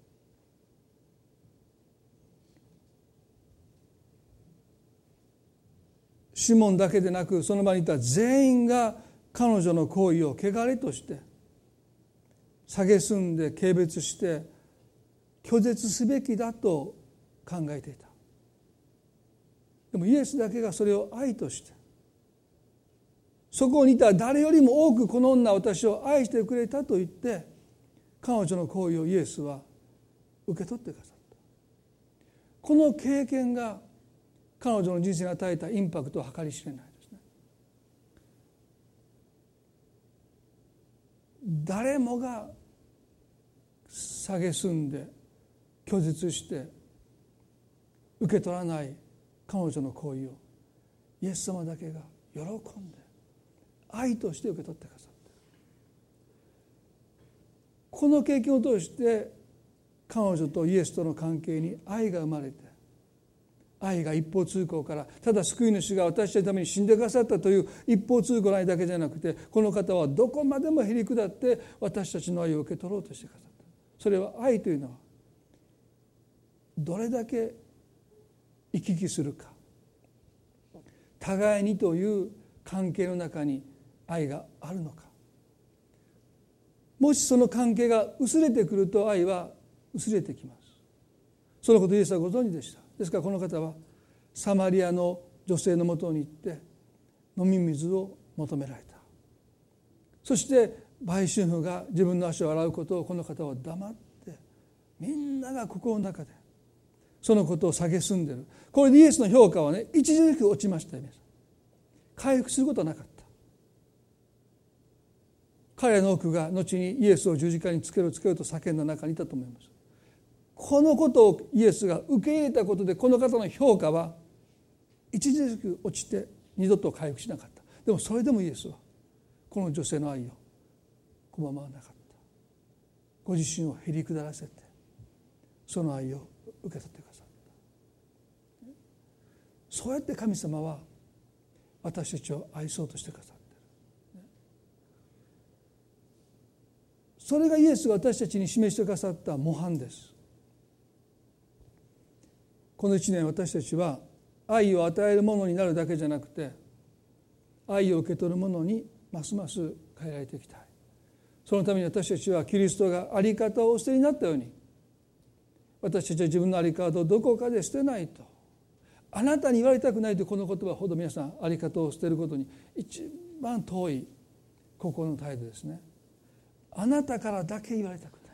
シモンだけでなく、その場にいた全員が彼女の行為を汚れとして蔑んで軽蔑して拒絶すべきだと考えていた。でもイエスだけがそれを愛として、そこにいた誰よりも多くこの女は私を愛してくれたと言って、彼女の行為をイエスは受け取ってくださった。この経験が彼女の人生に与えたインパクトは計り知れないですね。誰もが蔑んで拒絶して受け取らない彼女の行為をイエス様だけが喜んで愛として受け取ってくださった。この経験を通して彼女とイエスとの関係に愛が生まれて、愛が一方通行からただ救い主が私たちのために死んでくださったという一方通行の愛だけじゃなくて、この方はどこまでもへり下って私たちの愛を受け取ろうとしてくださった。それは愛というのはどれだけ行き来するか、互いにという関係の中に愛があるのか。もしその関係が薄れてくると愛は薄れてきます。そのことをイエスはご存知でした。ですからこの方はサマリアの女性のもとに行って飲み水を求められた。そして売春婦が自分の足を洗うことをこの方は黙って、みんなが心の中でそのことを蔑んでいる。これでイエスの評価はね、一時的に落ちましたよ。皆さん回復することはなかった。彼らの多くが後にイエスを十字架につけろつけろと叫んだ中にいたと思います。このことをイエスが受け入れたことで、この方の評価は一時的に落ちて二度と回復しなかった。でもそれでもイエスはこの女性の愛を拒まなかった。ご自身をへり下らせてその愛を受け取ってくださった。そうやって神様は私たちを愛そうとしてくださっている。それがイエスが私たちに示してくださった模範です。この一年私たちは愛を与えるものになるだけじゃなくて、愛を受け取るものにますます変えられていきたい。そのために私たちはキリストが在り方をお捨てになったように、私たちは自分の在り方をどこかで捨てないと。あなたに言われたくないというこの言葉ほど皆さん在り方を捨てることに一番遠い心の態度ですね。あなたからだけ言われたくない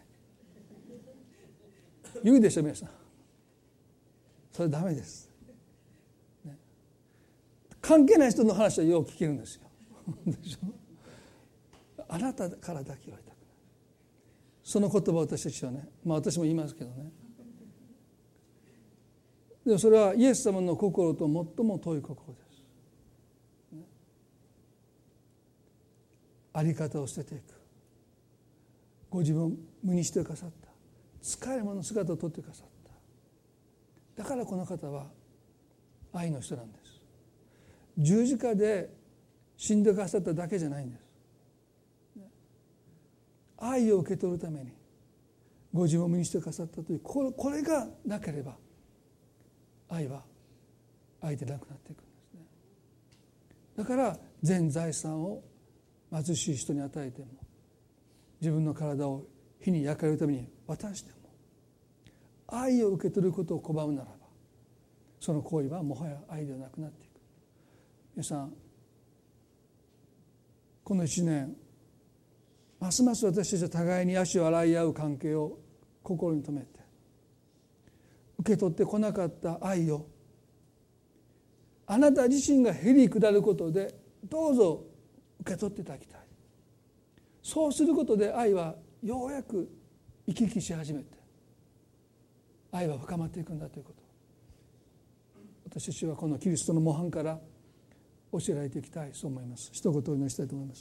言うでしょ皆さん。それダメです、ね、関係ない人の話はよう聞けるんですよでしょ。あなたからだけ言われたくない。その言葉を私たちはね、まあ私も言いますけどね、でもそれはイエス様の心と最も遠い心です、ね、あり方を捨てていく、ご自分を無にしてくださった、使い物の姿をとってくださった。だからこの方は愛の人なんです。十字架で死んでくださっただけじゃないんです。愛を受け取るためにご自分を無にしてくださったというこれ、これがなければ愛は愛でなくなっていくんですね。だから全財産を貧しい人に与えても、自分の体を火に焼かれるために渡しても、愛を受け取ることを拒むならば、その行為はもはや愛ではなくなっていく。皆さん、この一年ますます私たちは互いに足を洗い合う関係を心に留めて、受け取ってこなかった愛をあなた自身がへり下ることでどうぞ受け取っていただきたい。そうすることで愛はようやく生き生きし始めて、愛は深まっていくんだということ、私たちはこのキリストの模範から教えられていきたい、そう思います。一言お祈りしたいと思います。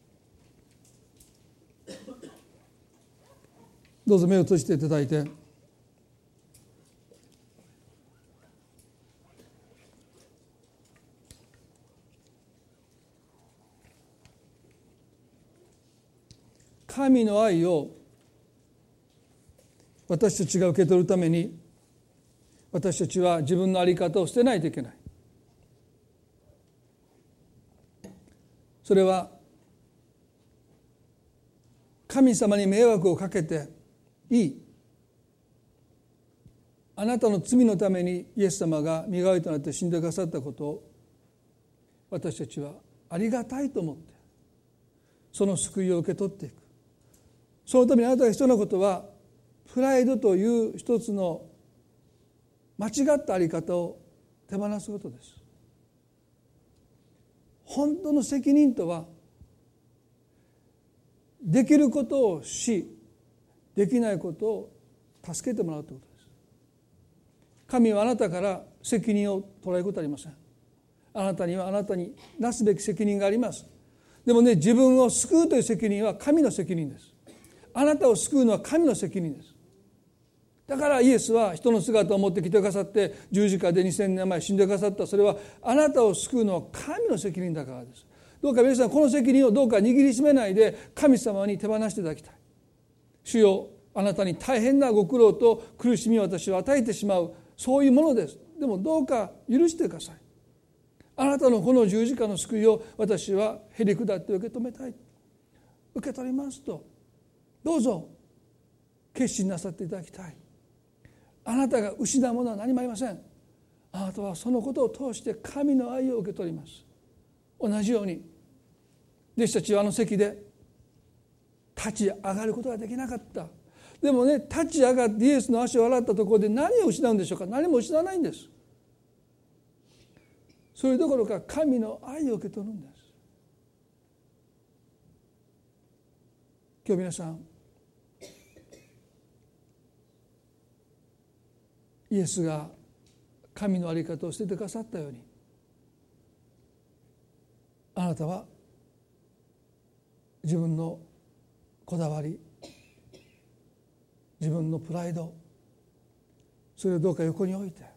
どうぞ目を閉じていただいて、神の愛を私たちが受け取るために、私たちは自分の在り方を捨てないといけない。それは神様に迷惑をかけていい、あなたの罪のためにイエス様が身代わりとなって死んでくださったことを私たちはありがたいと思って、その救いを受け取っていく。そのためにあなたが必要なことは、プライドという一つの間違った在り方を手放すことです。本当の責任とは、できることをし、できないことを助けてもらうということです。神はあなたから責任を取られることはありません。あなたにはあなたになすべき責任があります。でもね、自分を救うという責任は神の責任です。あなたを救うのは神の責任です。だからイエスは人の姿を持って来てくださって、十字架でにせんねんまえ死んでくださった。それはあなたを救うのは神の責任だからです。どうか皆さん、この責任をどうか握りしめないで神様に手放していただきたい。主よ、あなたに大変なご苦労と苦しみを私は与えてしまう、そういうものです。でもどうか許してください。あなたのこの十字架の救いを私はへり下って受け止めたい。受け取りますと、どうぞ決心なさっていただきたい。あなたが失うものは何もありません。あなたはそのことを通して神の愛を受け取ります。同じように弟子たちはあの席で立ち上がることができなかった。でもね、立ち上がってイエスの足を洗ったところで何を失うんでしょうか。何も失わないんです。それどころか神の愛を受け取るんです。今日皆さん、イエスが神の在り方を捨ててくださったように、あなたは自分のこだわり、自分のプライド、それをどうか横に置いて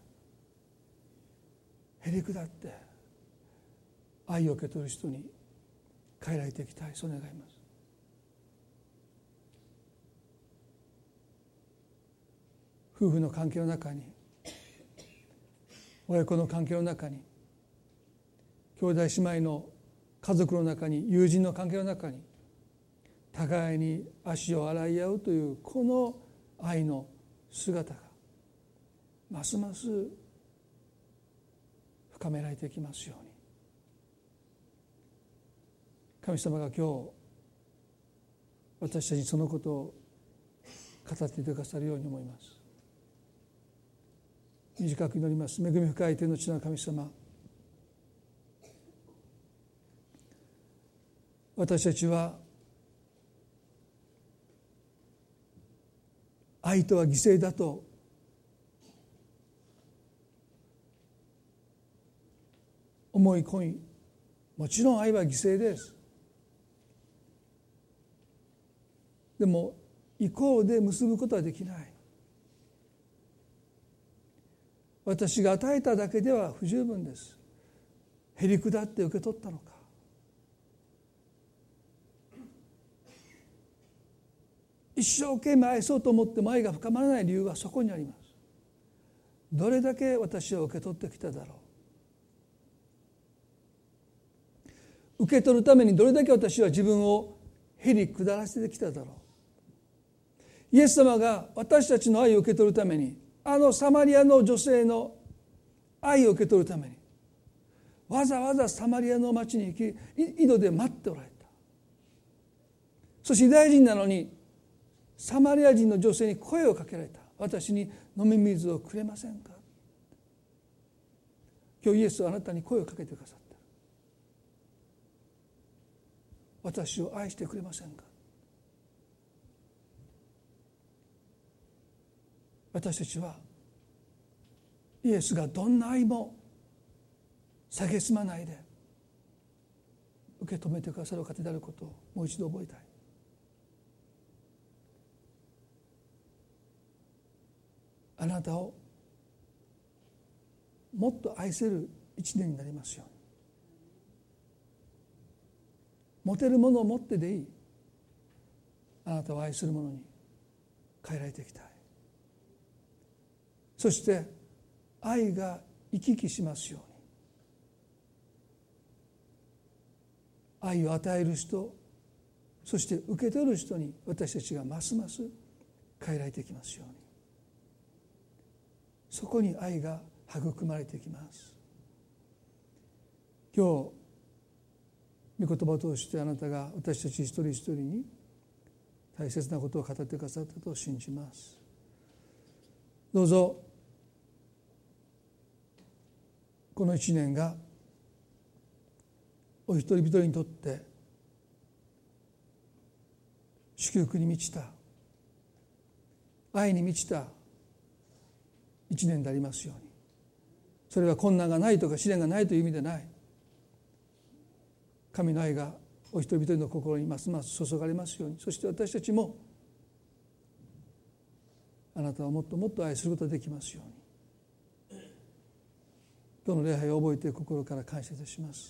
へり下って愛を受け取る人に変えられていきたい、そう願います。夫婦の関係の中に、親子の関係の中に、兄弟姉妹の家族の中に、友人の関係の中に互いに足を洗い合うというこの愛の姿がますます深められていきますように、神様が今日私たちにそのことを語っていてくださるように思います。短く祈ります。恵み深い天の地の神様、私たちは愛とは犠牲だと思い込み、もちろん愛は犠牲です。でも意向で結ぶことはできない。私が与えただけでは不十分です。へりくだって受け取ったのか、一生懸命愛そうと思っても愛が深まらない理由はそこにあります。どれだけ私を受け取ってきただろう、受け取るためにどれだけ私は自分をへりくだらせてきただろう。イエス様が私たちの愛を受け取るために、あのサマリアの女性の愛を受け取るためにわざわざサマリアの町に行き、井戸で待っておられた。そしてユダヤ人なのにサマリア人の女性に声をかけられた。私に飲み水をくれませんか。今日イエスはあなたに声をかけてくださった。私を愛してくれませんか。私たちはイエスがどんな愛も蔑まないで受け止めてくださる方であることをもう一度覚えたい。あなたをもっと愛せる一年になりますように。持てるものを持ってでいい、あなたを愛するものに変えられていきたい。そして愛が行き来しますように、愛を与える人、そして受け取る人に私たちがますます変えられていきますように。そこに愛が育まれていきます。今日御言葉を通してあなたが私たち一人一人に大切なことを語ってくださったと信じます。どうぞこの一年がお一人一人にとって祝福に満ちた、愛に満ちた一年でありますように。それは困難がないとか試練がないという意味でない。神の愛がお一人一人の心にますます注がれますように。そして私たちもあなたをもっともっと愛することができますように。今日の礼拝を覚えて心から感謝いたします。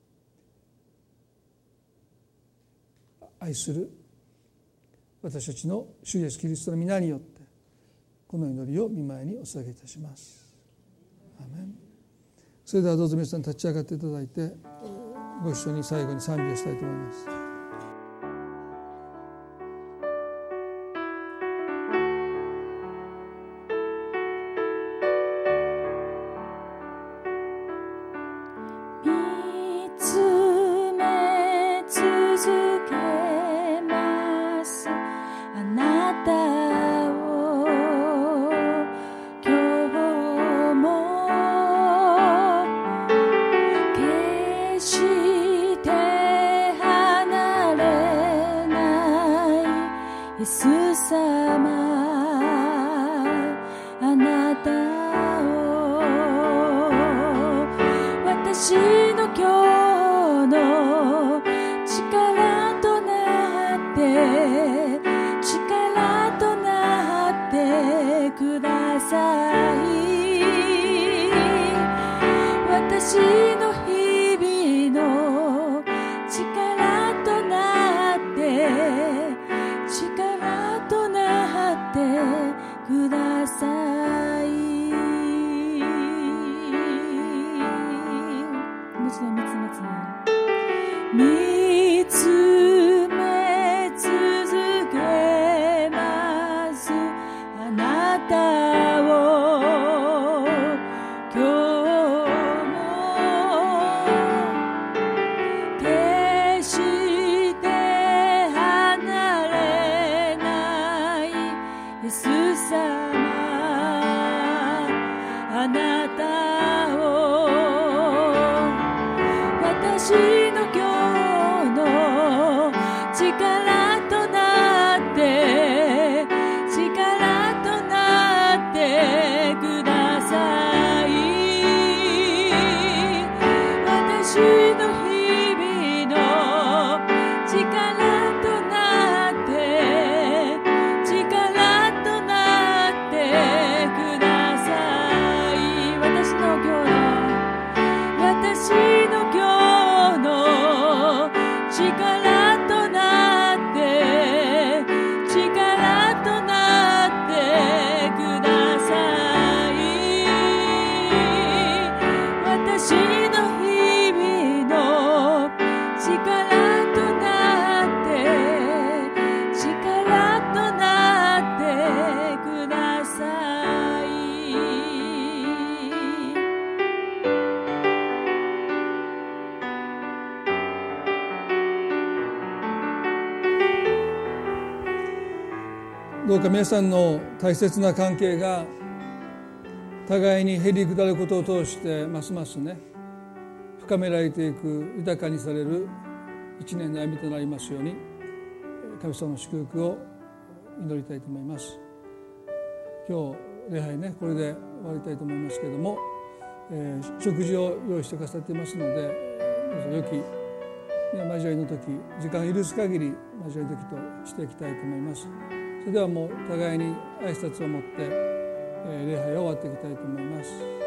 愛する私たちの主イエスキリストの皆によってこの祈りを御前にお捧げいたします。アーメン。それではどうぞ皆さん立ち上がっていただいてご一緒に最後に賛美をしたいと思います。 見つめ続けますあなたを今日も決して離れないイエス様あなたを私の今日の力となって力となってください私の日々の力となって力となってください私の今日の私の今日の力となって力となってください私の日々の力となって力となってくださいどうか皆さんの大切な関係が互いにへりくだることを通してますますね深められていく豊かにされる一年の歩みとなりますように神様の祝福を祈りたいと思います。今日礼拝ねこれで終わりたいと思いますけれども、えー、食事を用意してくださっていますのでどうぞ良き、ね、交わりの時時間を許す限り交わりの時としていきたいと思います。それではもう互いに挨拶を持って、えー、礼拝を終わっていきたいと思います。